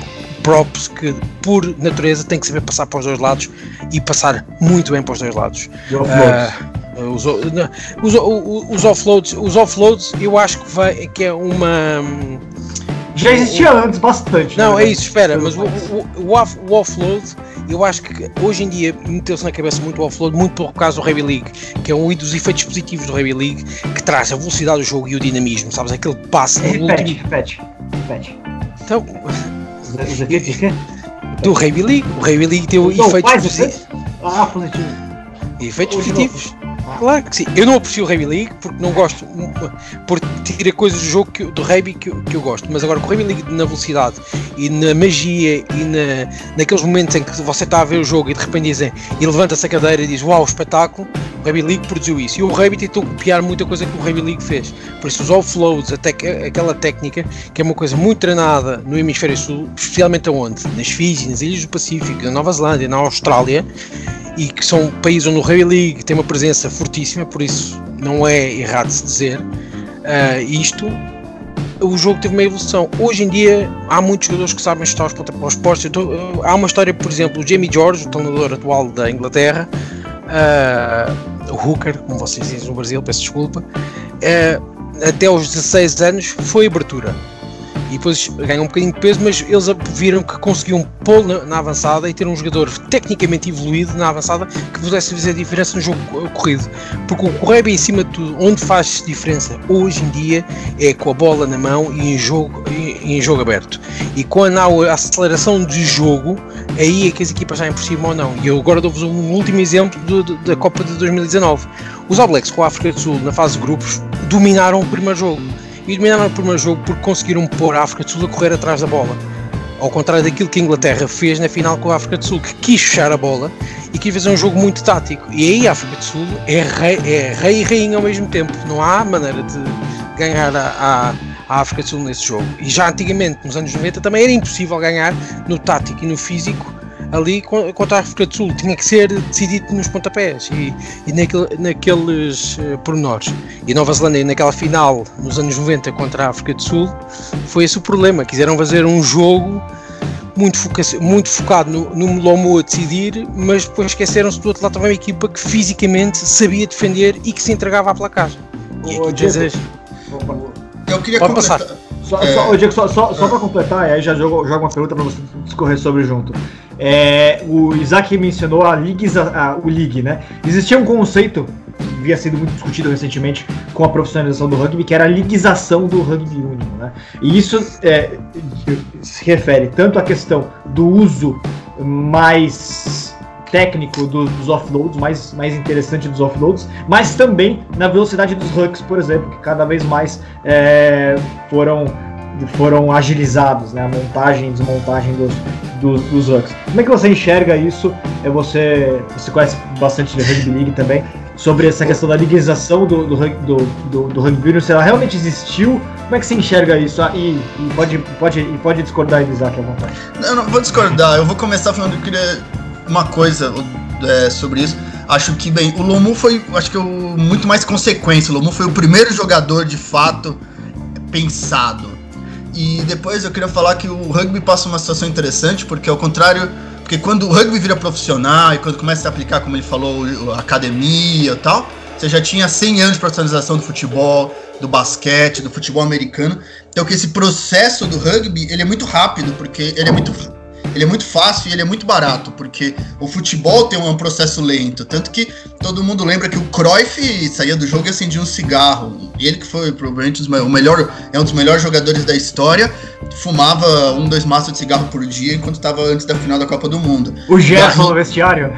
props que, por natureza, têm que saber passar para os dois lados e passar muito bem para os dois lados. Uh, os, os, os offloads, os offloads, eu acho que, vai, que é uma... Já existia antes bastante. Não, né? É isso, espera, mas o, o, o, off, o offload, eu acho que hoje em dia meteu-se na cabeça muito o offload, muito por causa do Rugby League, que é um dos efeitos positivos do Rugby League, que traz a velocidade do jogo e o dinamismo, sabes? Aquele passe... Repete, último... repete, repete. Então... Do Rugby League. O Rugby League tem então, efeitos positivos. Ah, positivos. Efeitos Hoje positivos. Ah. Claro que sim. Eu não aprecio o Rugby League porque não gosto, por tirar coisas do jogo que, do Rugby que, que eu gosto. Mas agora com o Rugby League na velocidade e na magia e na, naqueles momentos em que você está a ver o jogo e de repente dizem e levanta-se a cadeira e diz uau, espetáculo, o Rugby League produziu isso. E o Rugby tentou copiar muita coisa que o Rugby League fez. Por isso os offloads, até que, aquela técnica que é uma coisa muito treinada no hemisfério sul, especialmente aonde? Nas Fiji, nas Ilhas do Pacífico, na Nova Zelândia, na Austrália, e que são países onde o Rugby League tem uma presença fortíssima, por isso não é errado se dizer uh, isto. O jogo teve uma evolução. Hoje em dia há muitos jogadores que sabem chutar os postos. Então, uh, há uma história, por exemplo, o Jamie George, o treinador atual da Inglaterra, uh, o hooker, como vocês dizem no Brasil, peço desculpa, uh, até aos dezasseis anos foi abertura. e depois ganham um bocadinho de peso, mas eles viram que conseguiam pô-lo na, na avançada e ter um jogador tecnicamente evoluído na avançada que pudesse fazer a diferença no jogo corrido, porque o correr em cima de tudo, onde faz diferença hoje em dia é com a bola na mão e em jogo, em, em jogo aberto, e quando há a aceleração de jogo, aí é que as equipas saem por cima ou não. E eu agora dou-vos um último exemplo do, do, da Copa de dois mil e dezanove. Os All Blacks com a África do Sul na fase de grupos dominaram o primeiro jogo. E dominaram o primeiro jogo porque conseguiram pôr a África do Sul a correr atrás da bola. Ao contrário daquilo que a Inglaterra fez na final com a África do Sul, que quis fechar a bola e quis fazer um jogo muito tático. E aí a África do Sul é rei, é rei e rainha ao mesmo tempo. Não há maneira de ganhar a, a, a África do Sul nesse jogo. E já antigamente, nos anos noventa, também era impossível ganhar no tático e no físico ali contra a África do Sul. Tinha que ser decidido nos pontapés e, e naquele, naqueles uh, pormenores. E Nova Zelândia, naquela final nos anos noventa contra a África do Sul, foi esse o problema. Quiseram fazer um jogo muito, foca muito focado no, no Lomu a decidir, mas depois esqueceram-se do outro lado também uma equipa que fisicamente sabia defender e que se entregava à placagem. E aqui tens as... Eu queria Pode completar. passar. Só, é... só, Diego, só, só, só para completar, e aí já jogo, jogo uma pergunta para você discorrer sobre junto. É, o Isaac mencionou a League, a, o League, né? Existia um conceito que havia sido muito discutido recentemente com a profissionalização do rugby, que era a liguização do rugby union, né? E isso é, se refere tanto à questão do uso mais técnico do, dos offloads, mais, mais interessante dos offloads, mas também na velocidade dos hucks, por exemplo, que cada vez mais é, foram, foram agilizados, né? A montagem e desmontagem dos, dos, dos hucks. Como é que você enxerga isso? É você, você conhece bastante de Rugby League também, sobre essa questão da liguização do, do, do, do, do rugby union, se ela realmente existiu, como é que você enxerga isso? Ah, e, e, pode, pode, e pode discordar, Isaac, à vontade. Não, não vou discordar, eu vou começar falando que eu queria uma coisa é, sobre isso. Acho que, bem, o Lomu foi, acho que o, muito mais consequência. O Lomu foi o primeiro jogador, de fato, pensado. E depois eu queria falar que o rugby passa uma situação interessante, porque ao contrário, porque quando o rugby vira profissional e quando começa a aplicar, como ele falou, a academia e tal, você já tinha cem anos de profissionalização do futebol, do basquete, do futebol americano. Então que esse processo do rugby, ele é muito rápido, porque ele é muito... Ele é muito fácil e ele é muito barato, porque o futebol tem um processo lento. Tanto que todo mundo lembra que o Cruyff saía do jogo e acendia um cigarro. E ele, que foi provavelmente o melhor, é um dos melhores jogadores da história, fumava um, dois maços de cigarro por dia enquanto estava antes da final da Copa do Mundo. O Gerson no vestiário?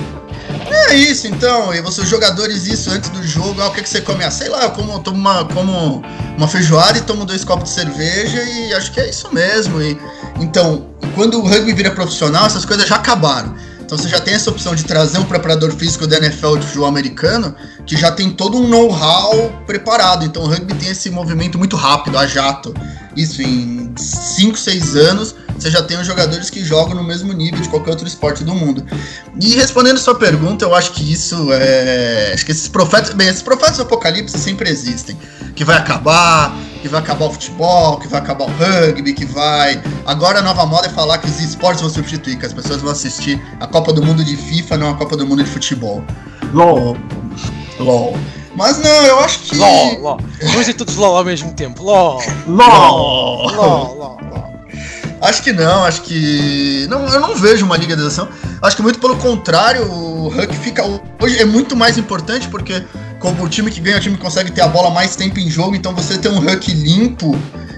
É isso, então. E você, os jogadores, isso antes do jogo, ah, o que, que você come? Ah, sei lá, eu como, tomo uma, como uma feijoada e tomo dois copos de cerveja e acho que é isso mesmo. E, então, quando o rugby vira profissional, essas coisas já acabaram. Então você já tem essa opção de trazer um preparador físico da N F L de futebol americano, que já tem todo um know-how preparado. Então o rugby tem esse movimento muito rápido, a jato. Isso, em cinco, seis anos, você já tem os jogadores que jogam no mesmo nível de qualquer outro esporte do mundo. E respondendo sua pergunta, eu acho que isso é... Acho que esses profetas... Bem, esses profetas do apocalipse sempre existem. Que vai acabar, que vai acabar o futebol, que vai acabar o rugby, que vai... Agora a nova moda é falar que os esportes vão substituir, que as pessoas vão assistir a Copa do Mundo de FIFA, não a Copa do Mundo de futebol. LOL. LOL. Mas não, eu acho que... LOL, LOL. Vamos dizer todos LOL ao mesmo tempo. LOL. LOL. LOL, LOL, LOL. Acho que não, acho que... Não, eu não vejo uma ligadização. Acho que muito pelo contrário, o rugby fica... Hoje é muito mais importante porque como o time que ganha, o time que consegue ter a bola mais tempo em jogo, então você ter um rugby limpo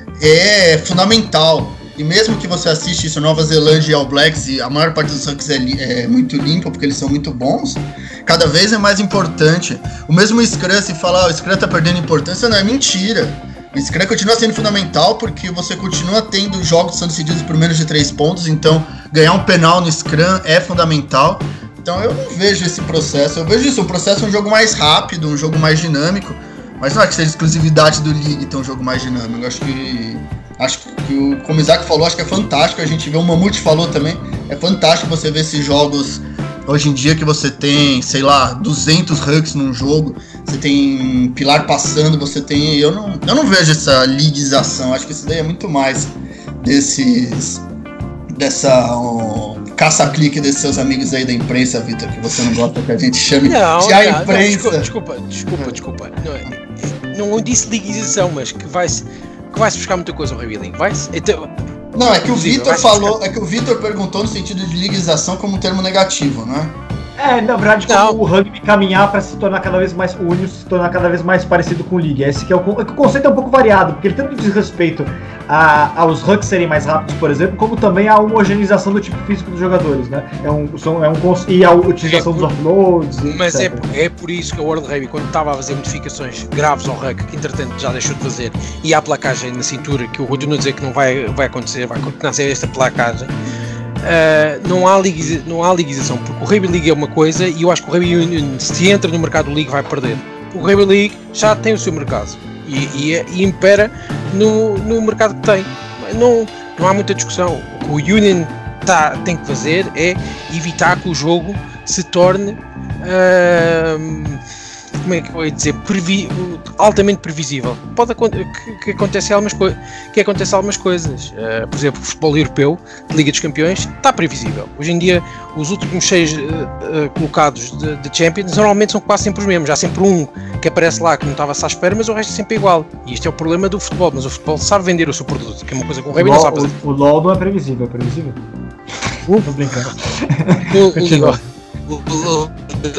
é fundamental. E mesmo que você assiste isso, Nova Zelândia e All Blacks, e a maior parte dos rugby's é, é muito limpo, porque eles são muito bons, cada vez é mais importante. O mesmo Scrum, se falar, o Scrum tá perdendo importância, não, é mentira. O Scrum continua sendo fundamental, porque você continua tendo jogos sendo decididos por menos de três pontos, então ganhar um penal no Scrum é fundamental. Então eu não vejo esse processo, eu vejo isso, o processo é um jogo mais rápido, um jogo mais dinâmico, mas não é que seja exclusividade do League ter um jogo mais dinâmico. Eu acho que... Acho que, como o Isaac falou, acho que é fantástico a gente ver, o Mamute falou também, é fantástico você ver esses jogos hoje em dia que você tem, sei lá, duzentos hucks num jogo, você tem pilar passando, você tem... Eu não, eu não vejo essa liguização, acho que isso daí é muito mais desses... dessa um, caça-clique desses seus amigos aí da imprensa, Vitor, que você não gosta que a gente chame não, de não, a imprensa. Não, desculpa, desculpa, desculpa, desculpa. Não, não disse liguização, mas que vai... que vai-se buscar muita coisa ao Rugby League, vai-se? Então, não, é que o Vitor falou, é que o Vitor perguntou no sentido de liguização como um termo negativo, né? É, na verdade, como o rugby caminhar para se tornar cada vez mais, o Union se tornar cada vez mais parecido com o League. Esse que é o, é que o conceito é um pouco variado, porque ele tanto diz respeito a, aos rucks serem mais rápidos, por exemplo, como também a homogeneização do tipo físico dos jogadores, né? É um, são, é um, e a utilização é por, dos offloads. Mas é por, é por isso que a World Rugby, quando estava a fazer modificações graves ao rugby, que entretanto já deixou de fazer, e há a placagem na cintura, que eu continuo a dizer que não vai, vai acontecer, vai continuar a ser esta placagem. Uh, não, há liga, não há liguização, porque o Rugby League é uma coisa e eu acho que o Rugby Union, se entra no mercado do League, vai perder. O Rugby League já tem o seu mercado e, e, e impera no, no mercado que tem. Não, não há muita discussão. O que o Union tá, tem que fazer é evitar que o jogo se torne uh, como é que eu ia dizer, previ, altamente previsível. Pode que, que aconteça algumas coisas, que aconteça algumas coisas. Uh, por exemplo, o futebol europeu, de Liga dos Campeões, está previsível. Hoje em dia, os últimos seis uh, uh, colocados de, de Champions normalmente são quase sempre os mesmos. Há sempre um que aparece lá que não estava-se à espera, mas o resto é sempre igual. E isto é o problema do futebol. Mas o futebol sabe vender o seu produto, que é uma coisa que o rugby não sabe fazer. O, o LoL não é previsível, é previsível. Uh, tô brincando. O, o, o,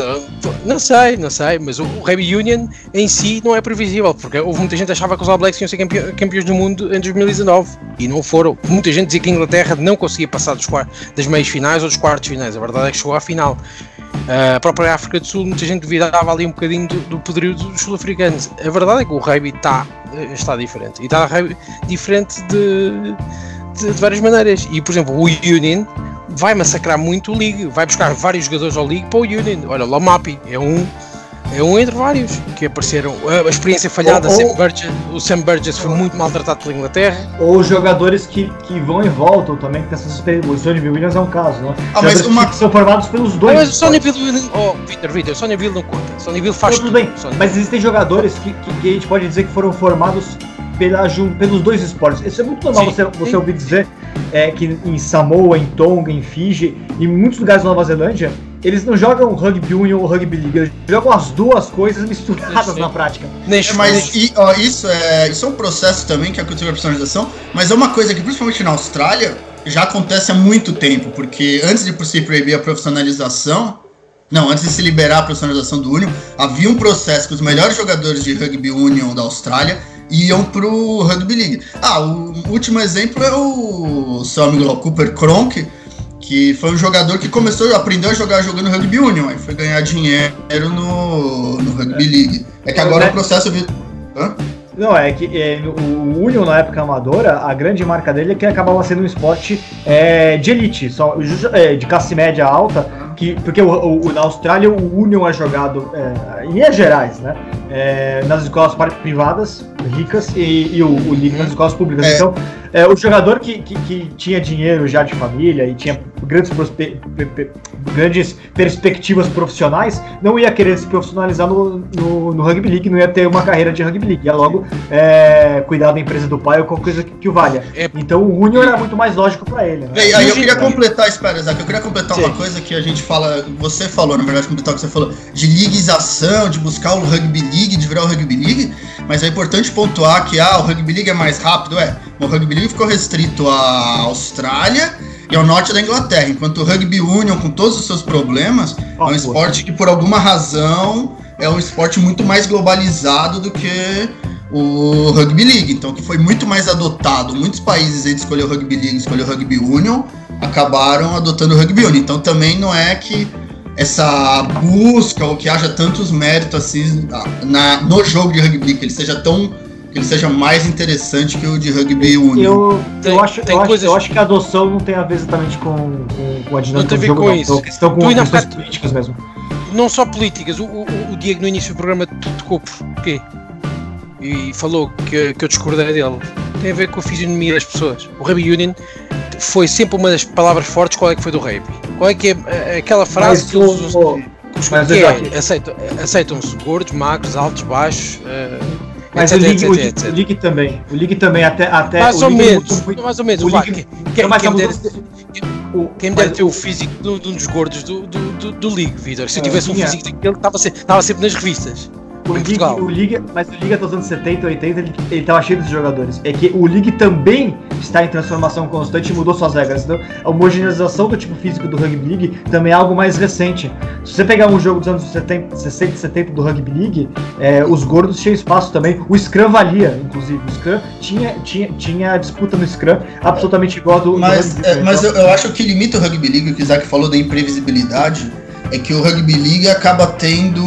não sei, não sei, mas o, o Rugby Union em si não é previsível, porque houve muita gente que achava que os All Blacks iam ser campe- campeões do mundo em dois mil e dezanove e não foram. Muita gente dizia que a Inglaterra não conseguia passar dos, das meias finais ou dos quartos finais. A verdade é que chegou à final. Uh, a própria África do Sul, muita gente duvidava ali um bocadinho do, do poderio dos sul-africanos. A verdade é que o rugby está, está diferente, e está diferente de, de, de várias maneiras. E, por exemplo, o Union vai massacrar muito o League, vai buscar vários jogadores ao League para o Union. Olha, o Lomapi é um, é um entre vários que apareceram. A, a experiência falhada, ou, Sam Burgess, o Sam Burgess foi muito maltratado pela Inglaterra. Ou os jogadores que, que vão e voltam também, que tem essas experiências. O Sonny Bill Williams é um caso, né? Ah, mas uma... que são formados pelos dois. Mas o Sonny Bill Williams, oh, Victor, Victor, o Sonny Bill não conta. O Sonny Bill faz tudo. Tudo bem, mas existem jogadores que, que, que a gente pode dizer que foram formados pela, pelos dois esportes. Isso é muito normal. Sim, você, você ouvir dizer é, que em Samoa, em Tonga, em Fiji, em muitos lugares da Nova Zelândia, eles não jogam Rugby Union ou Rugby League, eles jogam as duas coisas misturadas na prática. É, mas e, ó, isso, é, isso é um processo também, que é a cultura da profissionalização, mas é uma coisa que principalmente na Austrália já acontece há muito tempo, porque antes de se proibir a profissionalização, não, antes de se liberar a profissionalização do Union, havia um processo que os melhores jogadores de Rugby Union da Austrália iam pro Rugby League. Ah, o último exemplo é o seu amigo lá, o Cooper Cronk, que foi um jogador que começou, aprendeu a jogar jogando Rugby Union, aí foi ganhar dinheiro no, no Rugby League. É que agora é. o processo... Hã? Não, é que é, o Union na época amadora, a grande marca dele é que acabava sendo um esporte é, de elite, só, de classe média alta, que, porque o, o, na Austrália o Union é jogado, é, em linhas gerais, né, é, nas escolas privadas, ricas, e, e o, o League nas escolas públicas. É. Então, é, o jogador que, que, que tinha dinheiro já de família e tinha grandes, prospe- grandes perspectivas profissionais, não ia querer se profissionalizar no, no, no Rugby League, não ia ter uma carreira de Rugby League, ia logo é, cuidar da empresa do pai ou qualquer coisa que, que o valha. Então o Union era muito mais lógico pra ele. Né? E aí eu queria completar, espera, Isaac, eu queria completar Sim. uma coisa que a gente fala, você falou, na verdade, completar o que você falou, de liguização, de buscar o Rugby League, de virar o Rugby League, mas é importante pontuar que ah, o Rugby League é mais rápido, é, o Rugby League ficou restrito à Austrália e ao norte da Inglaterra, enquanto o Rugby Union, com todos os seus problemas, oh, é um esporte que por alguma razão é um esporte muito mais globalizado do que o Rugby League, então que foi muito mais adotado. Muitos países aí de escolher o Rugby League, escolher o Rugby Union, acabaram adotando o Rugby Union, então também não é que essa busca ou que haja tantos méritos assim na, no jogo de Rugby League, que ele seja tão que ele seja mais interessante que o de Rugby Union. Eu, tem, eu, acho, eu, coisas... acho, eu acho que a adoção não tem a ver exatamente com, com, com a dinâmica do jogo, com isso. Não. Questão com questões bocado, políticas mesmo. Não só políticas, o, o, o Diego no início do programa tocou por quê? E falou que, que eu discordei dele. Tem a ver com a fisionomia das pessoas. O Rugby Union foi sempre uma das palavras fortes. Qual é que foi do rugby? Qual é que é aquela frase mas, que eles usam? Mas, que é, aceitam, aceitam-se gordos, magros, altos, baixos... Uh, Mas etc, o, League, etc, o, League, etc. o League também, o League também até... até mais, o ou League menos, muito, mais ou menos, o League, quem, quem, quem, quem me deve, quem me deve ter o físico de, de um dos gordos do, do, do, do League, Vitor. Se eu tivesse um físico daquele, estava sempre, estava sempre nas revistas. O League, o League, mas o Liga dos anos setenta, oitenta, ele, ele tava cheio de jogadores. É que o League também está em transformação constante e mudou suas regras. Então, a homogeneização do tipo físico do Rugby League também é algo mais recente. Se você pegar um jogo dos anos setenta, sessenta e setenta do Rugby League, é, os gordos tinham espaço também. O Scrum valia, inclusive. O Scrum tinha, tinha, tinha disputa no Scrum absolutamente igual do, mas, do Rugby League. É, mas eu, eu acho que limita o Rugby League, o que o Isaac falou da imprevisibilidade, é que o Rugby League acaba tendo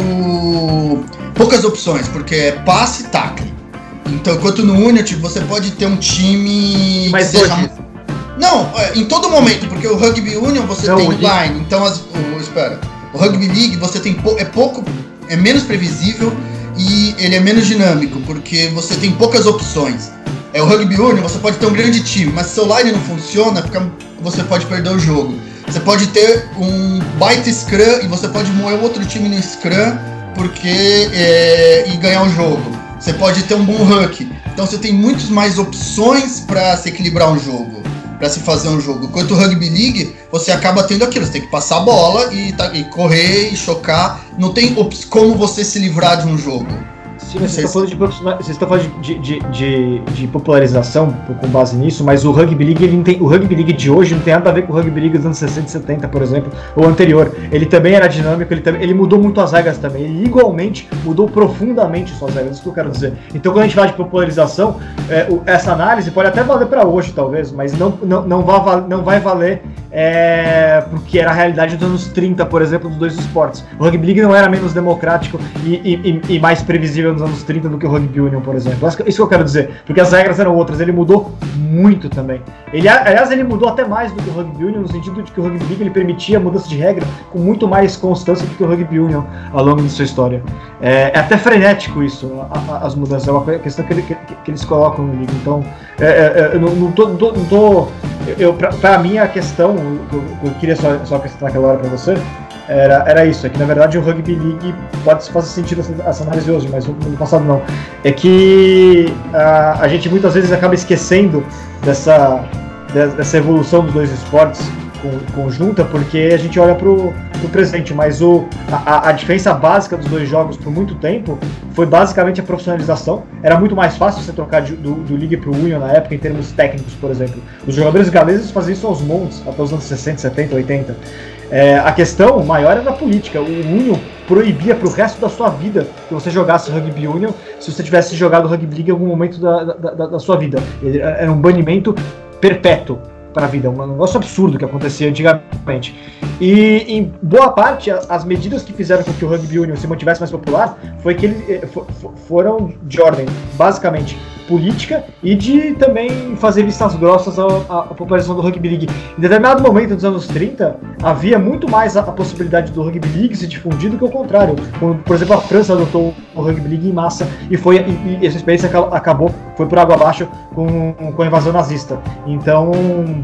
poucas opções, porque é passe e tackle. Então, enquanto no Unity você pode ter um time mas que seja... Não, em todo momento, porque o Rugby Union você não, tem o line, então as... oh, espera. O Rugby League você tem po... é pouco, é menos previsível e ele é menos dinâmico, porque você tem poucas opções. É o Rugby Union, você pode ter um grande time, mas se seu line não funciona, fica... você pode perder o jogo. Você pode ter um baita Scrum e você pode moer outro time no Scrum porque, é, e ganhar o jogo. Você pode ter um bom Huck. Então você tem muitas mais opções para se equilibrar um jogo, para se fazer um jogo. Enquanto o Rugby League, você acaba tendo aquilo. Você tem que passar a bola e, tá, e correr e chocar. Não tem op- como você se livrar de um jogo. Sim, vocês estão falando, de, vocês estão falando de, de, de, de popularização com base nisso, mas o Rugby League, ele não tem, o Rugby League de hoje não tem nada a ver com o Rugby League dos anos sessenta e setenta, por exemplo, ou anterior. Ele também era dinâmico, ele, também, ele mudou muito as regras também, ele igualmente mudou profundamente suas regras, isso que eu quero dizer. Então quando a gente fala de popularização, é, o, essa análise pode até valer para hoje, talvez, mas não, não, não, vai, não vai valer é, porque era a realidade dos anos trinta, por exemplo, dos dois esportes. O Rugby League não era menos democrático e, e, e mais previsível nos anos trinta do que o Rugby Union, por exemplo. Isso que eu quero dizer, porque as regras eram outras, ele mudou muito também. Ele, aliás, ele mudou até mais do que o Rugby Union, no sentido de que o Rugby League ele permitia a mudança de regra com muito mais constância do que o Rugby Union ao longo de sua história. É, é até frenético isso, a, a, as mudanças, é uma questão que, ele, que, que eles colocam no League. Então, é, é, eu não, não tô... Não tô, não tô eu, pra, pra mim, a questão, eu, eu queria só, só acrescentar naquela hora pra você, Era, era isso, é que na verdade o Rugby League pode fazer sentido essa, essa análise hoje, mas no passado não. É que a, a gente muitas vezes acaba esquecendo dessa, dessa evolução dos dois esportes conjunta, porque a gente olha pro, pro presente, mas o, a, a diferença básica dos dois jogos por muito tempo foi basicamente a profissionalização. Era muito mais fácil você trocar de, do, do League pro Union na época, em termos técnicos, por exemplo. Os jogadores galeses faziam isso aos montes, até os anos sessenta, setenta, oitenta. É, a questão maior era da política. O Union proibia pro resto da sua vida que você jogasse Rugby Union se você tivesse jogado Rugby League em algum momento da, da, da, da sua vida. Ele, era um banimento perpétuo para a vida, um negócio absurdo que acontecia antigamente. E em boa parte, as medidas que fizeram com que o Rugby Union se mantivesse mais popular foi que ele, for, foram de ordem, basicamente, política e de também fazer vistas grossas à, à popularização do Rugby League. Em determinado momento dos anos trinta, havia muito mais a, a possibilidade do Rugby League se difundir do que o contrário. Quando, por exemplo, a França adotou o Rugby League em massa e, foi, e, e essa experiência acabou, foi por água abaixo com, com a invasão nazista. Então,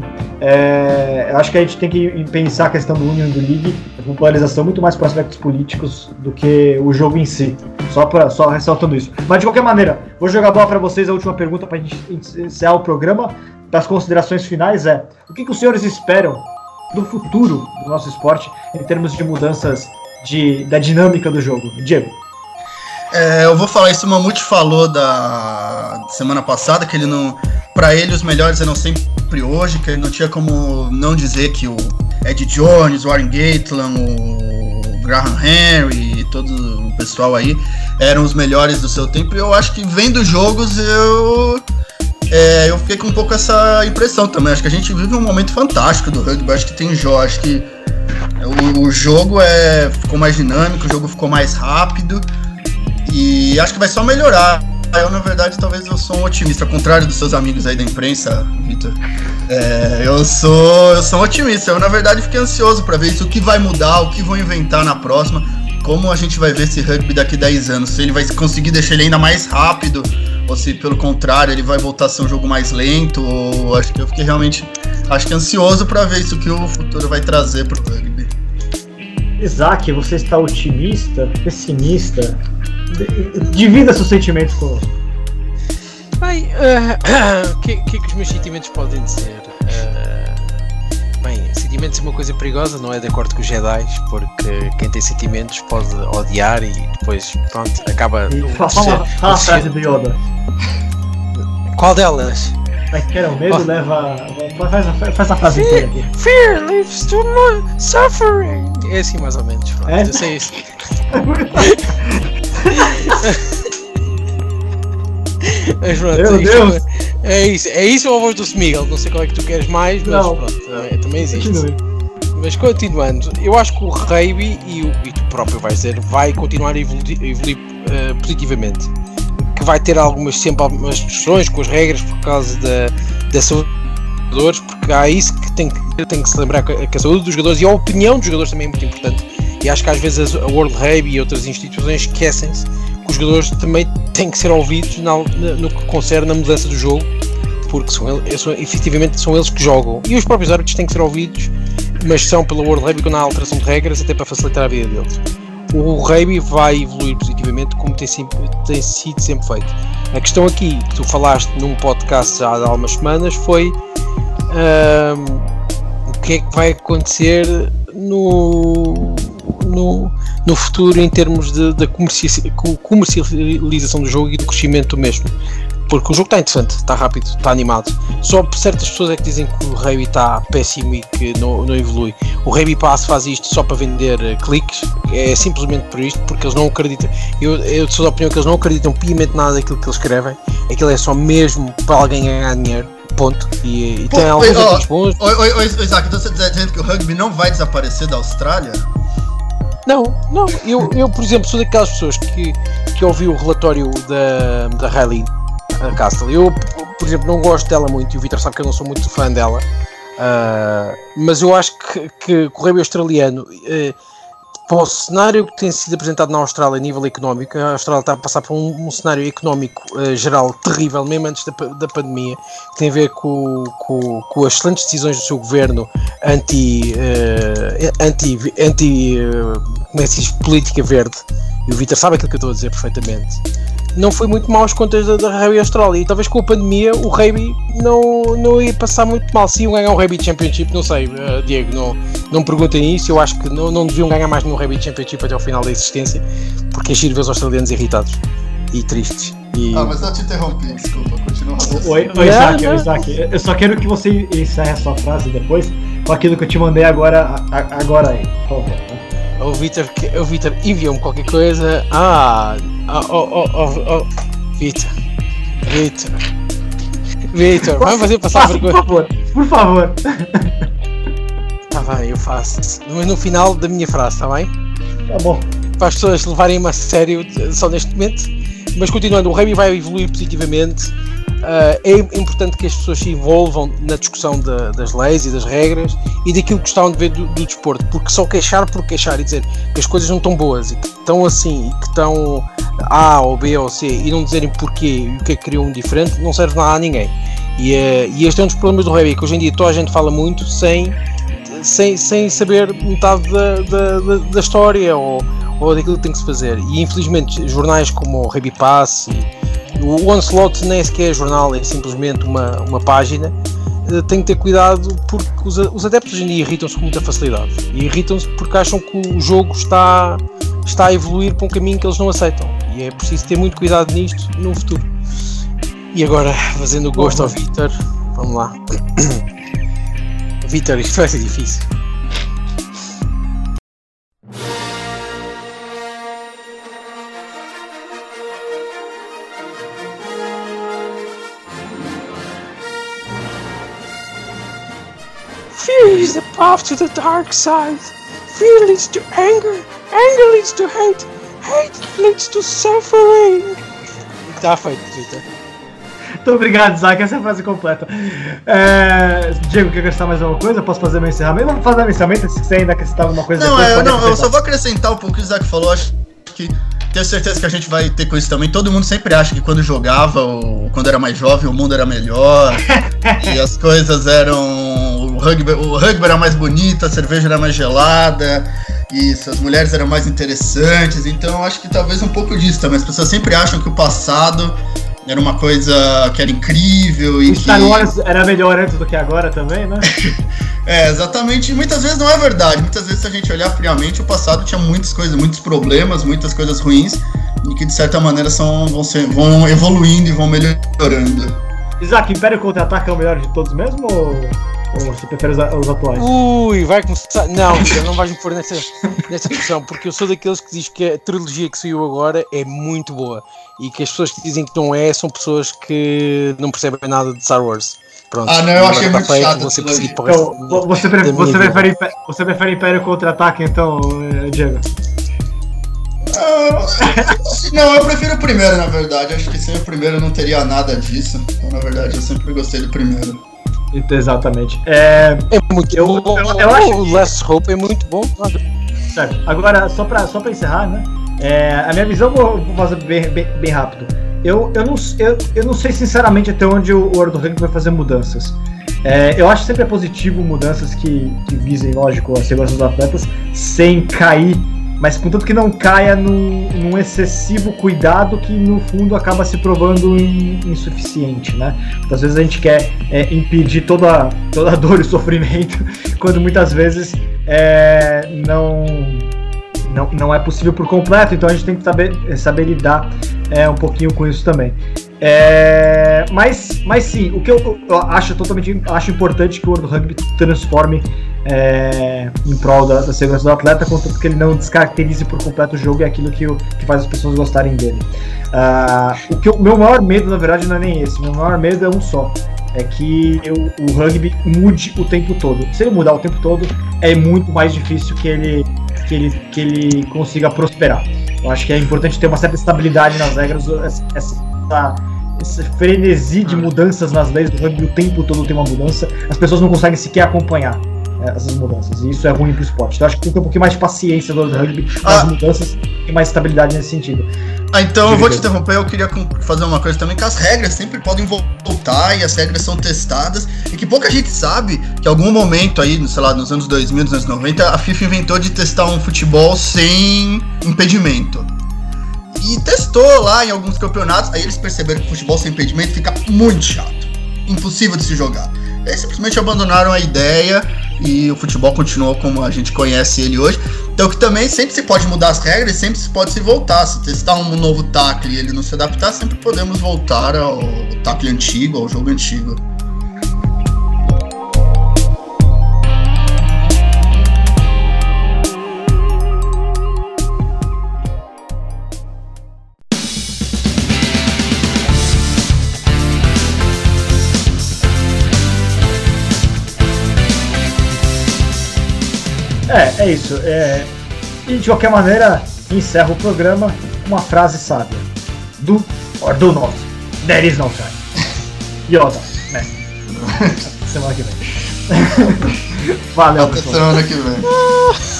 é, acho que a gente tem que pensar a questão do Union e do League, a popularização muito mais para aspectos políticos do que o jogo em si. Só, pra, só ressaltando isso. Mas de qualquer maneira, vou jogar a bola para vocês. A última pergunta para a gente encerrar o programa. Das considerações finais é: o que, que os senhores esperam do futuro do nosso esporte em termos de mudanças de, da dinâmica do jogo? Diego. É, eu vou falar isso, o Mamute falou da semana passada, que ele não, pra ele os melhores eram sempre hoje, que ele não tinha como não dizer que o Ed Jones, o Warren Gatland, o Graham Henry, todo o pessoal aí eram os melhores do seu tempo, e eu acho que vendo jogos eu é, eu fiquei com um pouco essa impressão também. Acho que a gente vive um momento fantástico do rugby, acho que tem jogo, acho que o, o jogo é, ficou mais dinâmico, o jogo ficou mais rápido, e acho que vai só melhorar. Eu, na verdade, talvez eu sou um otimista, ao contrário dos seus amigos aí da imprensa, Vitor. É, eu sou eu sou um otimista. Eu, na verdade, fiquei ansioso para ver isso, o que vai mudar, o que vão inventar na próxima, como a gente vai ver esse rugby daqui a dez anos, se ele vai conseguir deixar ele ainda mais rápido, ou se, pelo contrário, ele vai voltar a ser um jogo mais lento, ou acho que eu fiquei realmente acho que ansioso para ver isso que o futuro vai trazer pro rugby. Isaac, você está otimista, pessimista? Divida seus sentimentos conosco. Bem, o uh, uh, que, que é que os meus sentimentos podem dizer? Uh, Bem, sentimentos é uma coisa perigosa, não é de acordo com os Jedi, porque quem tem sentimentos pode odiar e depois, pronto, acaba... Fala a frase do Yoda. Qual delas? Mas que era o medo, oh. leva... Faz a, faz a frase Fear, inteira aqui. Fear leads to suffering. É assim mais ou menos, pronto, é? Eu sei isso. Mas pronto, Meu Deus. Isso, é isso, é isso ou a voz do Smeagol? Não sei qual é que tu queres mais, mas não, pronto, é, também existe. Continue. Mas continuando, eu acho que o Reiby, e, o, e tu próprio vais dizer, vai continuar a evoluir, evoluir uh, positivamente. Que vai ter algumas, sempre algumas discussões com as regras por causa da, da saúde dos jogadores, porque há isso que tem, que tem que se lembrar, que a saúde dos jogadores e a opinião dos jogadores também é muito importante. E acho que às vezes a World Reiby e outras instituições esquecem-se que os jogadores também têm que ser ouvidos na, no que concerne a mudança do jogo, porque são, são, efetivamente são eles que jogam. E os próprios árbitros têm que ser ouvidos, mas são pela World Reiby quando há alteração de regras, até para facilitar a vida deles. O Reiby vai evoluir positivamente como tem, sempre, tem sido sempre feito. A questão aqui, que tu falaste num podcast já há algumas semanas, foi um, o que é que vai acontecer no, no, no futuro em termos de, de comercialização do jogo e do crescimento do mesmo. Porque o jogo está interessante, está rápido, está animado. Só certas pessoas é que dizem que o Reiby está péssimo e que não, não evolui. O Reiby Pass faz isto só para vender uh, cliques, é simplesmente por isto, porque eles não acreditam. Eu, eu sou da opinião que eles não acreditam piamente nada daquilo que eles escrevem. Aquilo é só mesmo para alguém ganhar dinheiro, ponto. E, e Pô, tem alguns atletas bons. Oi, oi, oi, Isaac, então você está dizendo que o rugby não vai desaparecer da Austrália? Não, não. Eu, eu por exemplo, sou daquelas pessoas que, que ouvi o relatório da, da Raylene Castle. Eu, por exemplo, não gosto dela muito e o Vitor sabe que eu não sou muito fã dela, uh, mas eu acho que, que o rugby australiano, uh, para o cenário que tem sido apresentado na Austrália a nível económico, a Austrália está a passar por um, um cenário económico uh, geral terrível, mesmo antes da, da pandemia, que tem a ver com, com, com as excelentes decisões do seu governo anti, uh, anti, anti uh, como é que se diz, política verde, e o Vitor sabe aquilo que eu estou a dizer perfeitamente. Não foi muito mal as contas da, da Rugby Austrália, e talvez com a pandemia o Rugby não, não ia passar muito mal. Se iam ganhar um Rugby Championship, não sei, uh, Diego, não, não me perguntem isso. Eu acho que não, não deviam ganhar mais nenhum Rugby Championship até ao final da existência, porque é giro ver os australianos irritados e tristes. E... Ah, mas eu te interrompi, desculpa, continua. Oi, oi Isaac, não, não. Isaac, eu só quero que você encerre a sua frase depois com aquilo que eu te mandei agora, a, agora aí, por favor. O Vitor, o Vitor enviou-me qualquer coisa. Ah, oh, oh, oh, oh. Vitor, Vitor, Vitor, vai fazer passar vergonha. Por favor, por favor. Tá bem, eu faço. Mas no final da minha frase, tá bem? Tá bom. Para as pessoas levarem-me a sério só neste momento. Mas continuando, o rugby vai evoluir positivamente. Uh, é importante que as pessoas se envolvam na discussão de, das leis e das regras e daquilo que gostavam de ver do, do desporto, porque só queixar por queixar e dizer que as coisas não estão boas e que estão assim e que estão A ou B ou C e não dizerem porquê e o que é que queriam diferente não serve nada a ninguém. E, uh, e este é um dos problemas do rugby, que hoje em dia toda a gente fala muito sem, sem, sem saber metade da, da, da, da história ou, ou daquilo que tem que se fazer. E infelizmente jornais como o Rugby Pass e o Onslaught nem sequer é jornal, é simplesmente uma, uma página. Tem que ter cuidado porque os, os adeptos hoje em dia irritam-se com muita facilidade e irritam-se porque acham que o jogo está, está a evoluir para um caminho que eles não aceitam e é preciso ter muito cuidado nisto no futuro. E agora, fazendo o gosto ao Vitor, vamos lá. Vitor, isto vai ser difícil. Fear is the path to the dark side. Fear leads to anger. Anger leads to hate. Hate leads to suffering. Tá feito, Vitor. Muito obrigado, Isaac. Essa é a frase completa. É... Diego, quer acrescentar mais alguma coisa? Posso fazer meu encerramento? Vamos fazer meu encerramento se você ainda acrescentar alguma coisa. Não, depois, é, não eu só vou acrescentar um pouco o que o Isaac falou. Acho que tenho certeza que a gente vai ter com isso também. Todo mundo sempre acha que quando jogava, ou quando era mais jovem, o mundo era melhor. E as coisas eram... O rugby, o rugby era mais bonito, a cerveja era mais gelada. Isso, as mulheres eram mais interessantes. Então eu acho que talvez um pouco disso também. As pessoas sempre acham que o passado era uma coisa que era incrível e o Star que... Wars era melhor antes do que agora também, né? É, exatamente. Muitas vezes não é verdade. Muitas vezes, se a gente olhar friamente, o passado tinha muitas coisas, muitos problemas, muitas coisas ruins, e que de certa maneira são, vão, ser, vão evoluindo e vão melhorando. Isaac, Império Contra-Ataca é o melhor de todos mesmo? Ou, ou você prefere os, os atuais? Ui, vai começar. Não, você não vais me pôr nessa, nessa discussão, porque eu sou daqueles que diz que a trilogia que saiu agora é muito boa. E que as pessoas que dizem que não é são pessoas que não percebem nada de Star Wars. Pronto, ah, não, eu achei muito chato. Você, então, você, pre- você, prefere, você prefere Império Contra-Ataque, então, Diego? Uh, não, eu prefiro o primeiro, na verdade. Acho que sem o primeiro não teria nada disso. Então, na verdade, eu sempre gostei do primeiro. Exatamente. É, é muito eu, bom. Eu, eu acho o que... Last Hope é muito bom. Certo. Agora, só pra, só pra encerrar, né? É, a minha visão, vou, vou fazer bem, bem, bem rápido. Eu, eu, não, eu, eu não sei sinceramente até onde o World of Rugby vai fazer mudanças. É, eu acho que sempre é positivo mudanças que, que visem, lógico, a segurança dos atletas sem cair, mas contanto que não caia num, num excessivo cuidado que no fundo acaba se provando in, insuficiente, né? Muitas vezes a gente quer é, impedir toda, toda a dor e sofrimento, quando muitas vezes é, não... Não, não é possível por completo, então a gente tem que saber, saber lidar é, um pouquinho com isso também. É, mas, mas sim, o que eu, eu acho totalmente acho importante que o World Rugby transforme é, em prol da, da segurança do atleta, contanto que ele não descaracterize por completo o jogo e aquilo que, que faz as pessoas gostarem dele. Uh, o que o meu maior medo, na verdade, não é nem esse. Meu maior medo é um só. É que eu, o rugby mude o tempo todo. Se ele mudar o tempo todo, é muito mais difícil que ele, que ele, que ele consiga prosperar. Eu acho que é importante ter uma certa estabilidade nas regras, essa, essa, esse frenesi de mudanças nas leis do rugby, o tempo todo tem uma mudança, as pessoas não conseguem sequer acompanhar é, essas mudanças, e isso é ruim pro esporte. Então eu acho que tem que ter um pouquinho mais de paciência do rugby nas ah. mudanças e mais estabilidade nesse sentido. Ah, então eu vou te interromper, eu queria fazer uma coisa também, que as regras sempre podem voltar e as regras são testadas, e que pouca gente sabe que em algum momento aí, sei lá, nos anos dois mil, nos anos noventa, a FIFA inventou de testar um futebol sem impedimento. E testou lá em alguns campeonatos, aí eles perceberam que o futebol sem impedimento fica muito chato, impossível de se jogar. E aí simplesmente abandonaram a ideia e o futebol continuou como a gente conhece ele hoje. Então que também sempre se pode mudar as regras, sempre se pode se voltar. Se testar um novo tackle e ele não se adaptar, sempre podemos voltar ao tackle antigo, ao jogo antigo. É, é isso. É... E de qualquer maneira, encerro o programa com uma frase sábia. Do or do not. There is no time. Yoda, né? Até semana que vem. Valeu, Até pessoal. semana que vem.